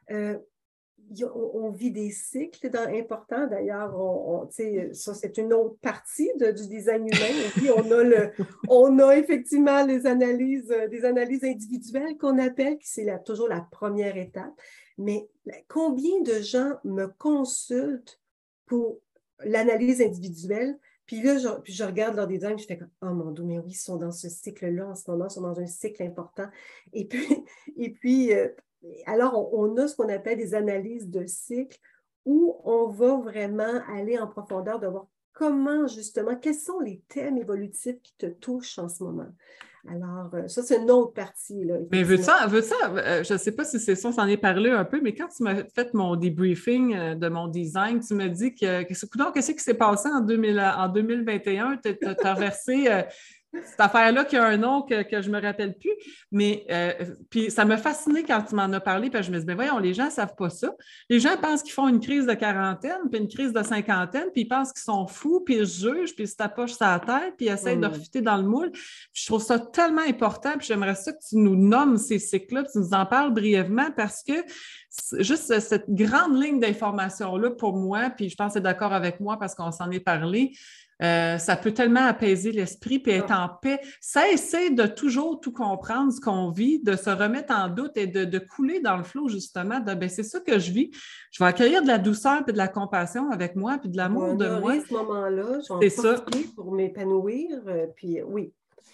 on vit des cycles importants. D'ailleurs, ça, c'est une autre partie du design humain. Et puis, on a effectivement des analyses individuelles qu'on appelle, qui c'est toujours la première étape. Mais combien de gens me consultent pour l'analyse individuelle? Puis là, je regarde leur design, je fais comme, oh mon Dieu, mais oui, ils sont dans ce cycle-là en ce moment, ils sont dans un cycle important. Et puis alors, on a ce qu'on appelle des analyses de cycle où on va vraiment aller en profondeur de voir comment, justement, quels sont les thèmes évolutifs qui te touchent en ce moment. Alors, ça, c'est une autre partie. Là, mais je ne sais pas si c'est ça, on s'en est parlé un peu, mais quand tu m'as fait mon debriefing de mon design, tu m'as dit qu'est-ce qui s'est passé en 2021? Tu as traversé cette affaire-là qui a un nom que je ne me rappelle plus. Mais puis ça m'a fasciné quand tu m'en as parlé, puis je me dis, mais voyons, les gens ne savent pas ça. Les gens pensent qu'ils font une crise de quarantaine, puis une crise de cinquantaine, puis ils pensent qu'ils sont fous, puis ils se jugent, puis ils se tapochent sur la tête, puis ils essayent de refuter dans le moule. Puis je trouve ça tellement important, puis j'aimerais ça que tu nous nommes ces cycles-là, puis tu nous en parles brièvement, parce que juste cette grande ligne d'information-là, pour moi, puis je pense que tu es d'accord avec moi parce qu'on s'en est parlé, ça peut tellement apaiser l'esprit puis être en paix. Ça essaie de toujours tout comprendre ce qu'on vit, de se remettre en doute et de couler dans le flot, justement, de ben, c'est ça que je vis. Je vais accueillir de la douceur et de la compassion avec moi puis de l'amour de moi. Ce moment-là, je vais en C'est ça. profiter pour m'épanouir. Puis oui,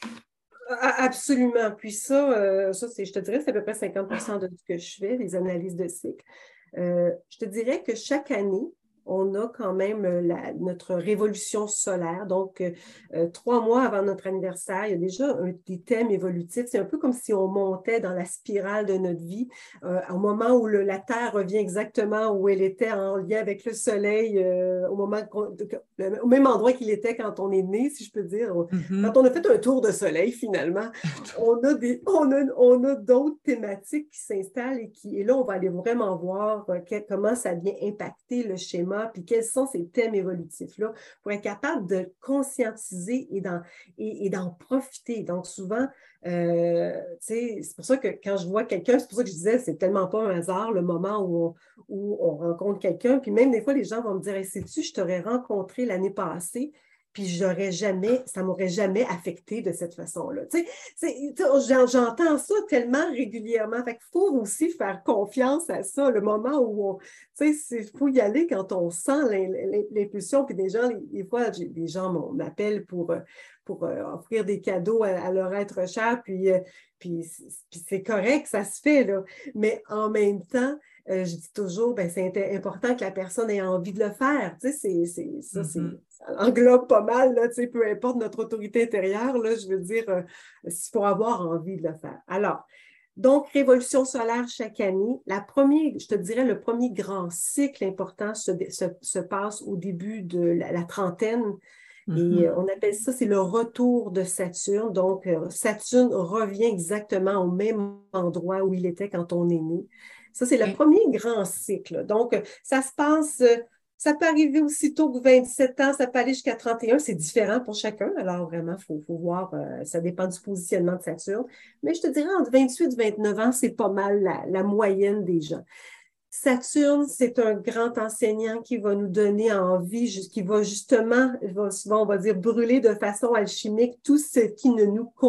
absolument. Puis ça je te dirais, c'est à peu près 50 de ce que je fais, les analyses de cycle. Je te dirais que chaque année, on a quand même notre révolution solaire. Donc, 3 mois avant notre anniversaire, il y a déjà des thèmes évolutifs. C'est un peu comme si on montait dans la spirale de notre vie, au moment où la Terre revient exactement où elle était en lien avec le Soleil, au même endroit qu'il était quand on est né, si je peux dire. Quand on a fait un tour de Soleil, finalement, on a d'autres thématiques qui s'installent et là, on va aller vraiment voir comment ça vient impacter le schéma, puis quels sont ces thèmes évolutifs-là pour être capable de conscientiser et d'en profiter. Donc, souvent, c'est pour ça que quand je vois quelqu'un, c'est pour ça que je disais, c'est tellement pas un hasard le moment où on rencontre quelqu'un. Puis même des fois, les gens vont me dire, hey, sais-tu, je t'aurais rencontré l'année passée, puis ça ne m'aurait jamais affecté de cette façon-là. J'entends ça tellement régulièrement. Fait qu'il faut aussi faire confiance à ça, le moment où il faut y aller quand on sent l'impulsion. Puis des fois, des gens m'appellent pour offrir des cadeaux à leur être cher, puis c'est correct, ça se fait, là. Mais en même temps, je dis toujours, ben, c'est important que la personne ait envie de le faire. Ça englobe pas mal, là, peu importe notre autorité intérieure, là, je veux dire, il faut avoir envie de le faire. Alors, donc, révolution solaire chaque année. Je te dirais, le premier grand cycle important se passe au début de la trentaine. Et on appelle ça, c'est le retour de Saturne. Donc, Saturne revient exactement au même endroit où il était quand on est né. Ça, c'est le premier grand cycle. Donc, ça se passe, ça peut arriver aussitôt que 27 ans, ça peut aller jusqu'à 31. C'est différent pour chacun. Alors, vraiment, il faut voir, ça dépend du positionnement de Saturne. Mais je te dirais, entre 28 et 29 ans, c'est pas mal la moyenne des gens. Saturne, c'est un grand enseignant qui va nous donner envie, qui va justement, souvent on va dire, brûler de façon alchimique tout ce qui ne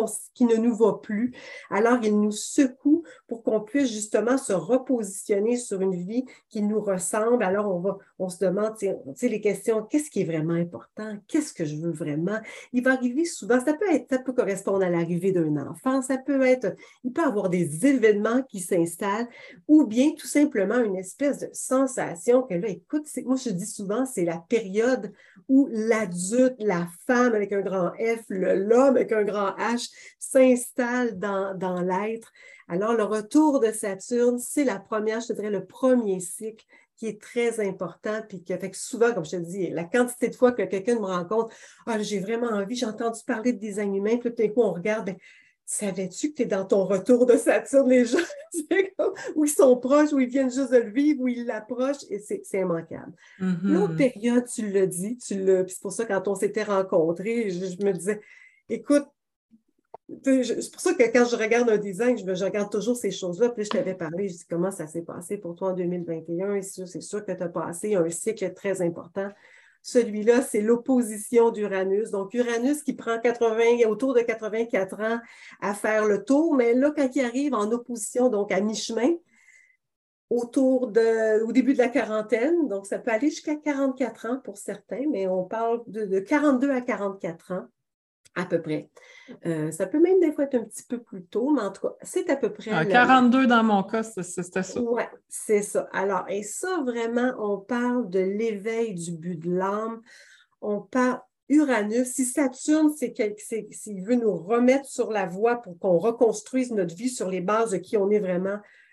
nous va plus. Alors, il nous secoue pour qu'on puisse justement se repositionner sur une vie qui nous ressemble. Alors, on se demande, tu sais, les questions, qu'est-ce qui est vraiment important? Qu'est-ce que je veux vraiment? Il va arriver souvent, ça peut correspondre à l'arrivée d'un enfant, il peut y avoir des événements qui s'installent, ou bien tout simplement une espèce de sensation que là, écoute, moi je dis souvent, c'est la période où l'adulte, la femme avec un grand F, l'homme avec un grand H s'installe dans l'être. Alors, le retour de Saturne, c'est je te dirais, le premier cycle qui est très important, puis fait que souvent, comme je te dis, la quantité de fois que quelqu'un me rencontre, j'ai vraiment envie, j'ai entendu parler de design humain, puis tout d'un coup, on regarde, ben, savais-tu que tu es dans ton retour de Saturne, les gens, où ils sont proches, où ils viennent juste de le vivre, où ils l'approchent, et c'est immanquable. L'autre période, tu l'as dit, puis c'est pour ça, quand on s'était rencontrés, je me disais, écoute, c'est pour ça que quand je regarde un design, je regarde toujours ces choses-là. Puis je t'avais parlé, je dis comment ça s'est passé pour toi en 2021. Et c'est sûr que tu as passé un cycle très important. Celui-là, c'est l'opposition d'Uranus. Donc, Uranus qui prend autour de 84 ans à faire le tour, mais là, quand il arrive en opposition, donc à mi-chemin, au début de la quarantaine, donc ça peut aller jusqu'à 44 ans pour certains, mais on parle de 42 à 44 ans à peu près. Ça peut même des fois être un petit peu plus tôt, mais en tout cas, c'est à peu près... 42 dans mon cas, c'était ça. Oui, c'est ça. Alors, et ça, vraiment, on parle de l'éveil du but de l'âme. On parle... Uranus, si Saturne, s'il veut nous remettre sur la voie pour qu'on reconstruise notre vie sur les bases de qui on est vraiment,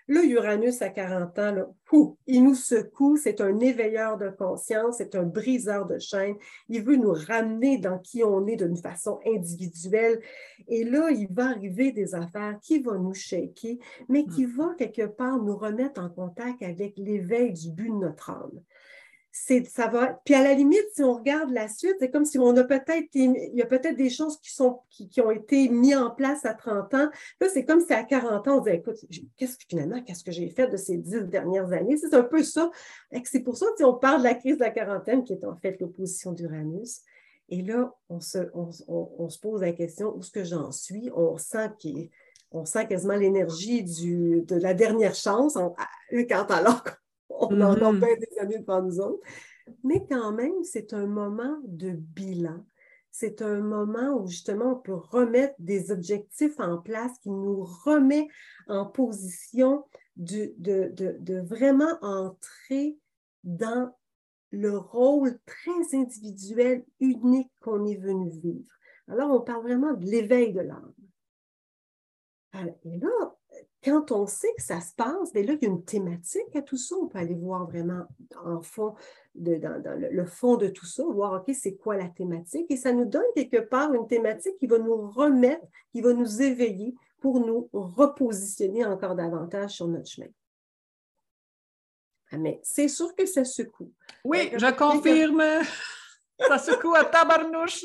Là, Uranus à 40 ans, là, il nous secoue, c'est un éveilleur de conscience, c'est un briseur de chaînes. Il veut nous ramener dans qui on est d'une façon individuelle. Et là, il va arriver des affaires qui vont nous shaker, mais qui vont quelque part nous remettre en contact avec l'éveil du but de notre âme. Ça va. Puis à la limite, si on regarde la suite, c'est comme si on a peut-être, il y a peut-être des choses qui ont été mises en place à 30 ans. Là, c'est comme si à 40 ans, on dit, écoute, qu'est-ce que j'ai fait de ces 10 dernières années? C'est un peu ça. C'est pour ça que on parle de la crise de la quarantaine, qui est en fait l'opposition d'Uranus. Et là, on se pose la question, où est-ce que j'en suis? On sent quasiment l'énergie de la dernière chance, alors on en a bien des années devant nous autres. Mais quand même, c'est un moment de bilan. C'est un moment où justement on peut remettre des objectifs en place qui nous remet en position de vraiment entrer dans le rôle très individuel, unique qu'on est venu vivre. Alors, on parle vraiment de l'éveil de l'âme. Et là, quand on sait que ça se passe, bien là, il y a une thématique à tout ça. On peut aller voir vraiment en fond, dans le fond de tout ça, voir, OK, c'est quoi la thématique? Et ça nous donne quelque part une thématique qui va nous remettre, qui va nous éveiller pour nous repositionner encore davantage sur notre chemin. Mais c'est sûr que ça secoue. Oui, je confirme. Ça secoue à tabarnouche.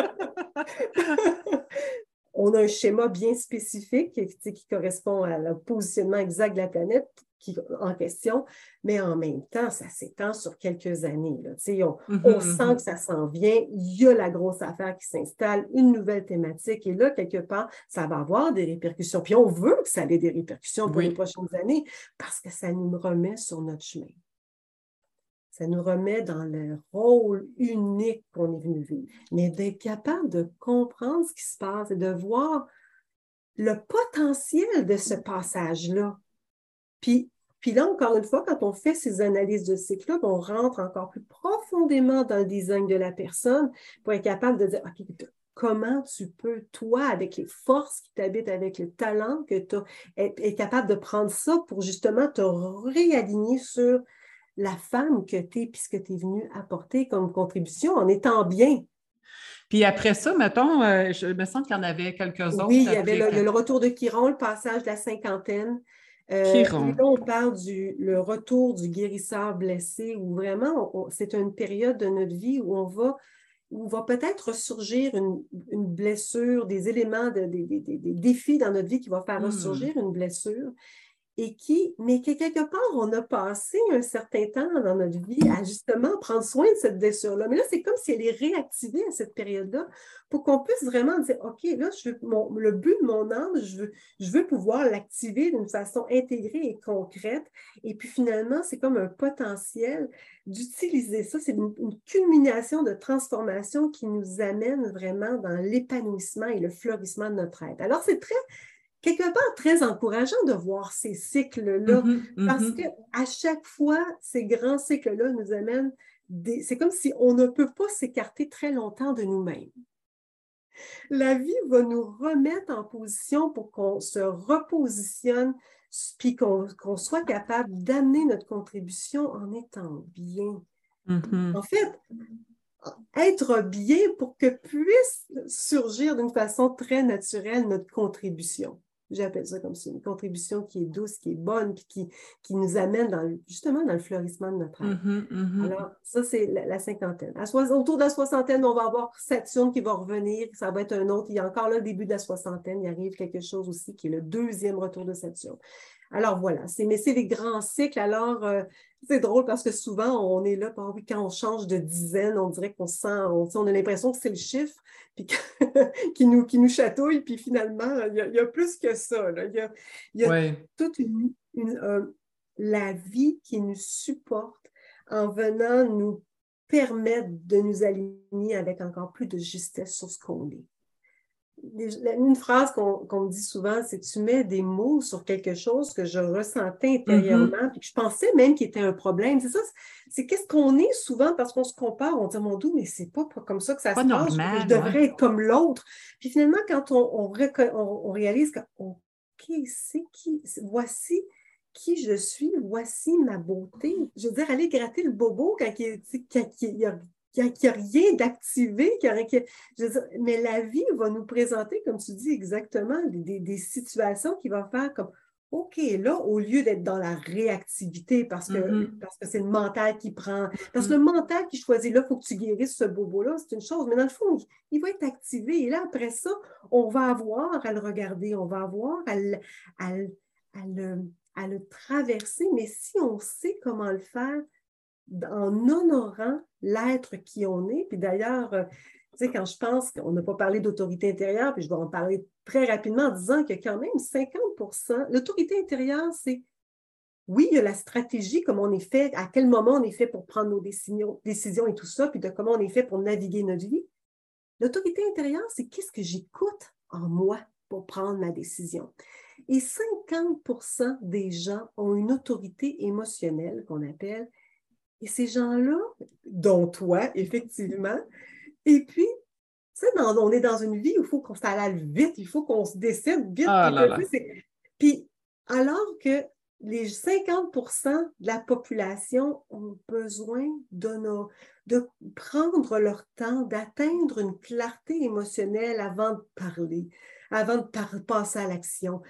On a un schéma bien spécifique qui correspond au positionnement exact de la planète en question, mais en même temps, ça s'étend sur quelques années. Là. On sent que ça s'en vient, il y a la grosse affaire qui s'installe, une nouvelle thématique, et là, quelque part, ça va avoir des répercussions. Puis on veut que ça ait des répercussions pour les prochaines années parce que ça nous remet sur notre chemin. Ça nous remet dans le rôle unique qu'on est venu vivre. Mais d'être capable de comprendre ce qui se passe et de voir le potentiel de ce passage-là. Puis là, encore une fois, quand on fait ces analyses de cycle-là, on rentre encore plus profondément dans le design de la personne pour être capable de dire, OK, comment tu peux, toi, avec les forces qui t'habitent, avec le talent que tu as, être capable de prendre ça pour justement te réaligner sur la femme que tu es, puis ce que tu es venu apporter comme contribution en étant bien. Puis après ça, mettons, je me sens qu'il y en avait quelques autres. Oui, il y a le retour de Chiron, le passage de la cinquantaine. Chiron. Et là, on parle le retour du guérisseur blessé, où vraiment, c'est une période de notre vie où on va peut-être ressurgir une blessure, des éléments, des défis dans notre vie qui vont faire ressurgir une blessure. Mais quelque part, on a passé un certain temps dans notre vie à justement prendre soin de cette blessure-là. Mais là, c'est comme si elle est réactivée à cette période-là pour qu'on puisse vraiment dire, OK, là, le but de mon âme, je veux pouvoir l'activer d'une façon intégrée et concrète. Et puis finalement, c'est comme un potentiel d'utiliser ça. C'est une culmination de transformation qui nous amène vraiment dans l'épanouissement et le fleurissement de notre être. Alors, c'est quelque part très encourageant de voir ces cycles-là, parce qu'à chaque fois, ces grands cycles-là nous amènent c'est comme si on ne peut pas s'écarter très longtemps de nous-mêmes. La vie va nous remettre en position pour qu'on se repositionne, puis qu'on soit capable d'amener notre contribution en étant bien. En fait, être bien pour que puisse surgir d'une façon très naturelle notre contribution. J'appelle ça comme ça, une contribution qui est douce, qui est bonne, puis qui nous amène justement dans le fleurissement de notre être. Alors, ça, c'est la cinquantaine. Autour de la soixantaine, on va avoir Saturne qui va revenir, ça va être un autre. Il y a encore là, le début de la soixantaine, il arrive quelque chose aussi qui est le deuxième retour de Saturne. Alors voilà, mais c'est les grands cycles. Alors, c'est drôle parce que souvent, on est là, quand on change de dizaine, on dirait qu'on on a l'impression que c'est le chiffre puis qui nous chatouille, puis finalement, il y a plus que ça. Là. Il y a toute la vie qui nous supporte en venant nous permettre de nous aligner avec encore plus de justesse sur ce qu'on est. Une phrase qu'on me dit souvent, c'est « tu mets des mots sur quelque chose que je ressentais intérieurement, puis que je pensais même qu'il était un problème. » C'est ça, c'est qu'est-ce qu'on est souvent parce qu'on se compare, on dit « mon Dieu, mais c'est pas comme ça que ça se passe, je devrais être comme l'autre. » Puis finalement, quand on réalise que « OK, voici qui je suis, voici ma beauté. Je veux dire, aller gratter le bobo quand il n'y a, rien d'activé, je veux dire, mais la vie va nous présenter, comme tu dis exactement, des situations qui vont faire comme, OK, là, au lieu d'être dans la réactivité parce que c'est le mental qui prend, parce que le mental qui choisit, là, il faut que tu guérisses ce bobo-là, c'est une chose, mais dans le fond, il va être activé. Et là, après ça, on va avoir à le regarder, on va avoir à le traverser, mais si on sait comment le faire en honorant l'être qui on est, puis d'ailleurs, tu sais, quand je pense qu'on n'a pas parlé d'autorité intérieure, puis je vais en parler très rapidement en disant que quand même 50%, l'autorité intérieure, c'est, oui, il y a la stratégie, comment on est fait, à quel moment on est fait pour prendre nos décisions et tout ça, puis de comment on est fait pour naviguer notre vie. L'autorité intérieure, c'est qu'est-ce que j'écoute en moi pour prendre ma décision. Et 50% des gens ont une autorité émotionnelle qu'on appelle, et ces gens-là, dont toi, effectivement, et puis, tu sais, on est dans une vie où il faut qu'on s'aille vite, il faut qu'on se décide vite. Ah là là. Puis, alors que les 50% de la population ont besoin de prendre leur temps, d'atteindre une clarté émotionnelle avant de parler, avant de passer à l'action,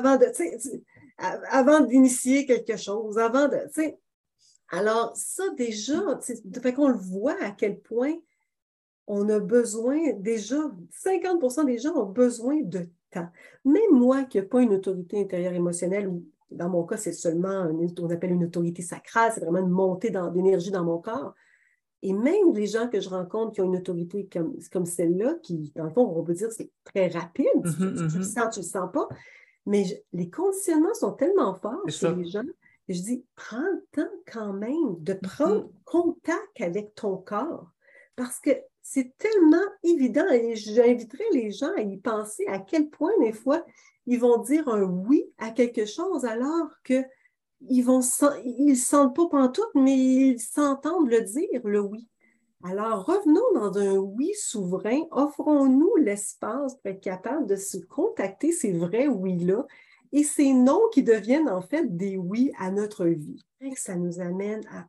avant d'initier quelque chose, avant de, tu sais. Alors, ça, déjà, fait qu'on le voit à quel point on a besoin, déjà, 50% des gens ont besoin de temps. Même moi qui n'ai pas une autorité intérieure émotionnelle, ou dans mon cas, c'est seulement, on appelle une autorité sacrale, c'est vraiment une montée d'énergie dans mon corps. Et même les gens que je rencontre qui ont une autorité comme celle-là, qui, dans le fond, on peut dire que c'est très rapide, tu le sens pas, mais les conditionnements sont tellement forts chez les gens. Et je dis, prends le temps quand même de prendre contact avec ton corps parce que c'est tellement évident et j'inviterais les gens à y penser à quel point des fois ils vont dire un oui à quelque chose alors que ils ne sentent pas pantoute, mais ils s'entendent le dire, le oui. Alors, revenons dans un oui souverain. Offrons-nous l'espace pour être capable de se contacter ces vrais oui-là et ces non qui deviennent en fait des oui à notre vie. Et ça nous amène à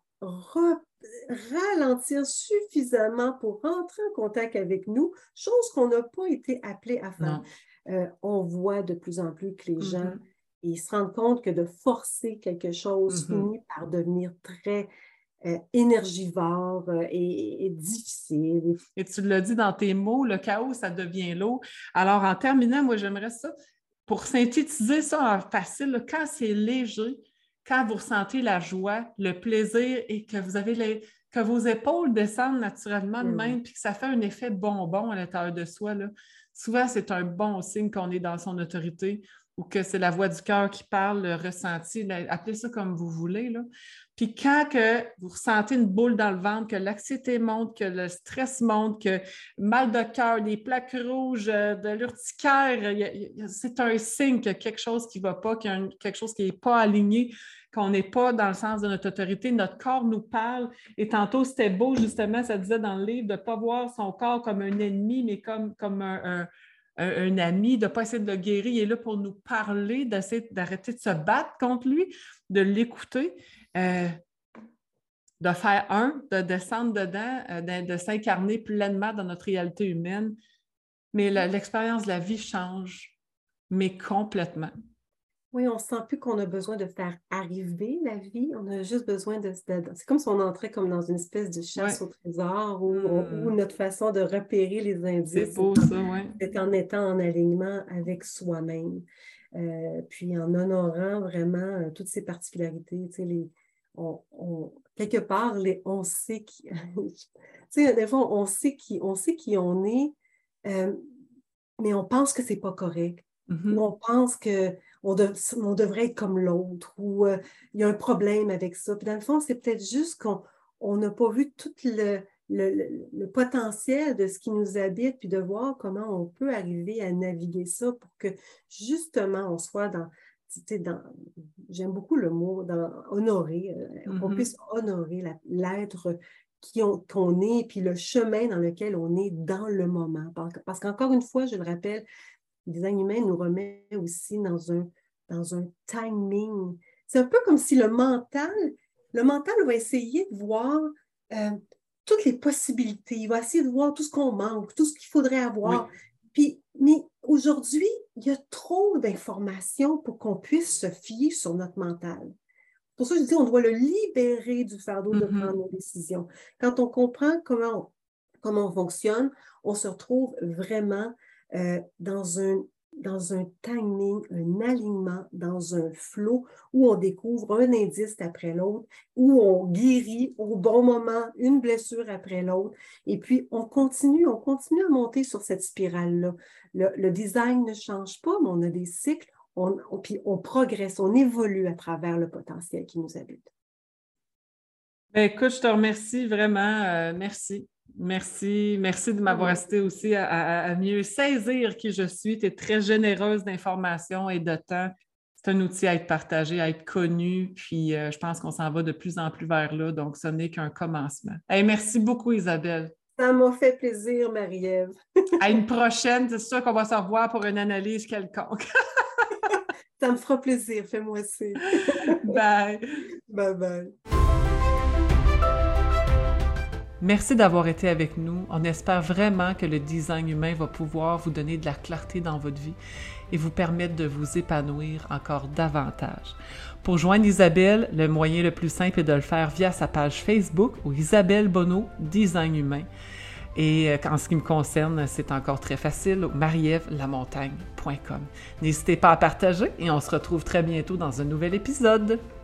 ralentir suffisamment pour rentrer en contact avec nous, chose qu'on n'a pas été appelé à faire. On voit de plus en plus que les gens ils se rendent compte que de forcer quelque chose finit par devenir très énergivore et difficile. Et tu l'as dit dans tes mots, le chaos, ça devient l'eau. Alors, en terminant, moi, j'aimerais ça, pour synthétiser ça en facile, là, quand c'est léger, quand vous ressentez la joie, le plaisir et que vous avez que vos épaules descendent naturellement de même, puis que ça fait un effet bonbon à l'intérieur de soi, là, souvent, c'est un bon signe qu'on est dans son autorité ou que c'est la voix du cœur qui parle, le ressenti, appelez ça comme vous voulez, là. Puis quand que vous ressentez une boule dans le ventre, que l'anxiété monte, que le stress monte, que mal de cœur, des plaques rouges, de l'urticaire, c'est un signe qu'il y a quelque chose qui ne va pas, qu'il y a quelque chose qui n'est pas aligné, qu'on n'est pas dans le sens de notre autorité. Notre corps nous parle. Et tantôt, c'était beau, justement, ça disait dans le livre, de ne pas voir son corps comme un ennemi, mais comme un ami, de ne pas essayer de le guérir. Il est là pour nous parler, d'essayer d'arrêter de se battre contre lui, de l'écouter. De faire de descendre dedans, de s'incarner pleinement dans notre réalité humaine. Mais l'expérience de la vie change, mais complètement. Oui, on ne sent plus qu'on a besoin de faire arriver la vie. On a juste besoin c'est comme si on entrait comme dans une espèce de chasse au trésor où notre façon de repérer les indices, c'est beau, ça, oui. C'est en étant en alignement avec soi-même. Puis en honorant vraiment toutes ces particularités. Tu sais, quelque part, on sait qui... tu sais, des fois, on sait qui on est, mais on pense que c'est pas correct. Ou on pense qu'on devrait être comme l'autre, ou il y a un problème avec ça. Puis dans le fond, c'est peut-être juste qu'on n'a pas vu tout le potentiel de ce qui nous habite, puis de voir comment on peut arriver à naviguer ça pour que justement on soit j'aime beaucoup le mot, honorer, qu'on puisse honorer l'être qu'on est, puis le chemin dans lequel on est dans le moment. Parce qu'encore une fois, je le rappelle, le design humain nous remet aussi dans un timing. c'est un peu comme si le mental va essayer de voir toutes les possibilités. Il va essayer de voir tout ce qu'on manque, tout ce qu'il faudrait avoir. Oui. Mais aujourd'hui, il y a trop d'informations pour qu'on puisse se fier sur notre mental. Pour ça, je dis, on doit le libérer du fardeau de prendre nos décisions. Quand on comprend comment on fonctionne, on se retrouve vraiment dans un timing, un alignement, dans un flow où on découvre un indice après l'autre, où on guérit au bon moment une blessure après l'autre. Et puis, on continue à monter sur cette spirale-là. Le design ne change pas, mais on a des cycles. Puis on progresse, on évolue à travers le potentiel qui nous habite. Bien, écoute, je te remercie vraiment. Merci. Merci de m'avoir assisté aussi à mieux saisir qui je suis. Tu es très généreuse d'informations et de temps. C'est un outil à être partagé, à être connu. Puis je pense qu'on s'en va de plus en plus vers là. Donc, ce n'est qu'un commencement. Hey, merci beaucoup, Isabelle. Ça m'a fait plaisir, Marie-Ève. À une prochaine, c'est sûr qu'on va se revoir pour une analyse quelconque. Ça me fera plaisir, fais-moi signe. Bye. Bye bye. Merci d'avoir été avec nous. On espère vraiment que le design humain va pouvoir vous donner de la clarté dans votre vie et vous permettre de vous épanouir encore davantage. Pour joindre Isabelle, le moyen le plus simple est de le faire via sa page Facebook ou Isabelle Bonneau, Design Humain. Et en ce qui me concerne, c'est encore très facile, marievelamontagne.com. N'hésitez pas à partager et on se retrouve très bientôt dans un nouvel épisode.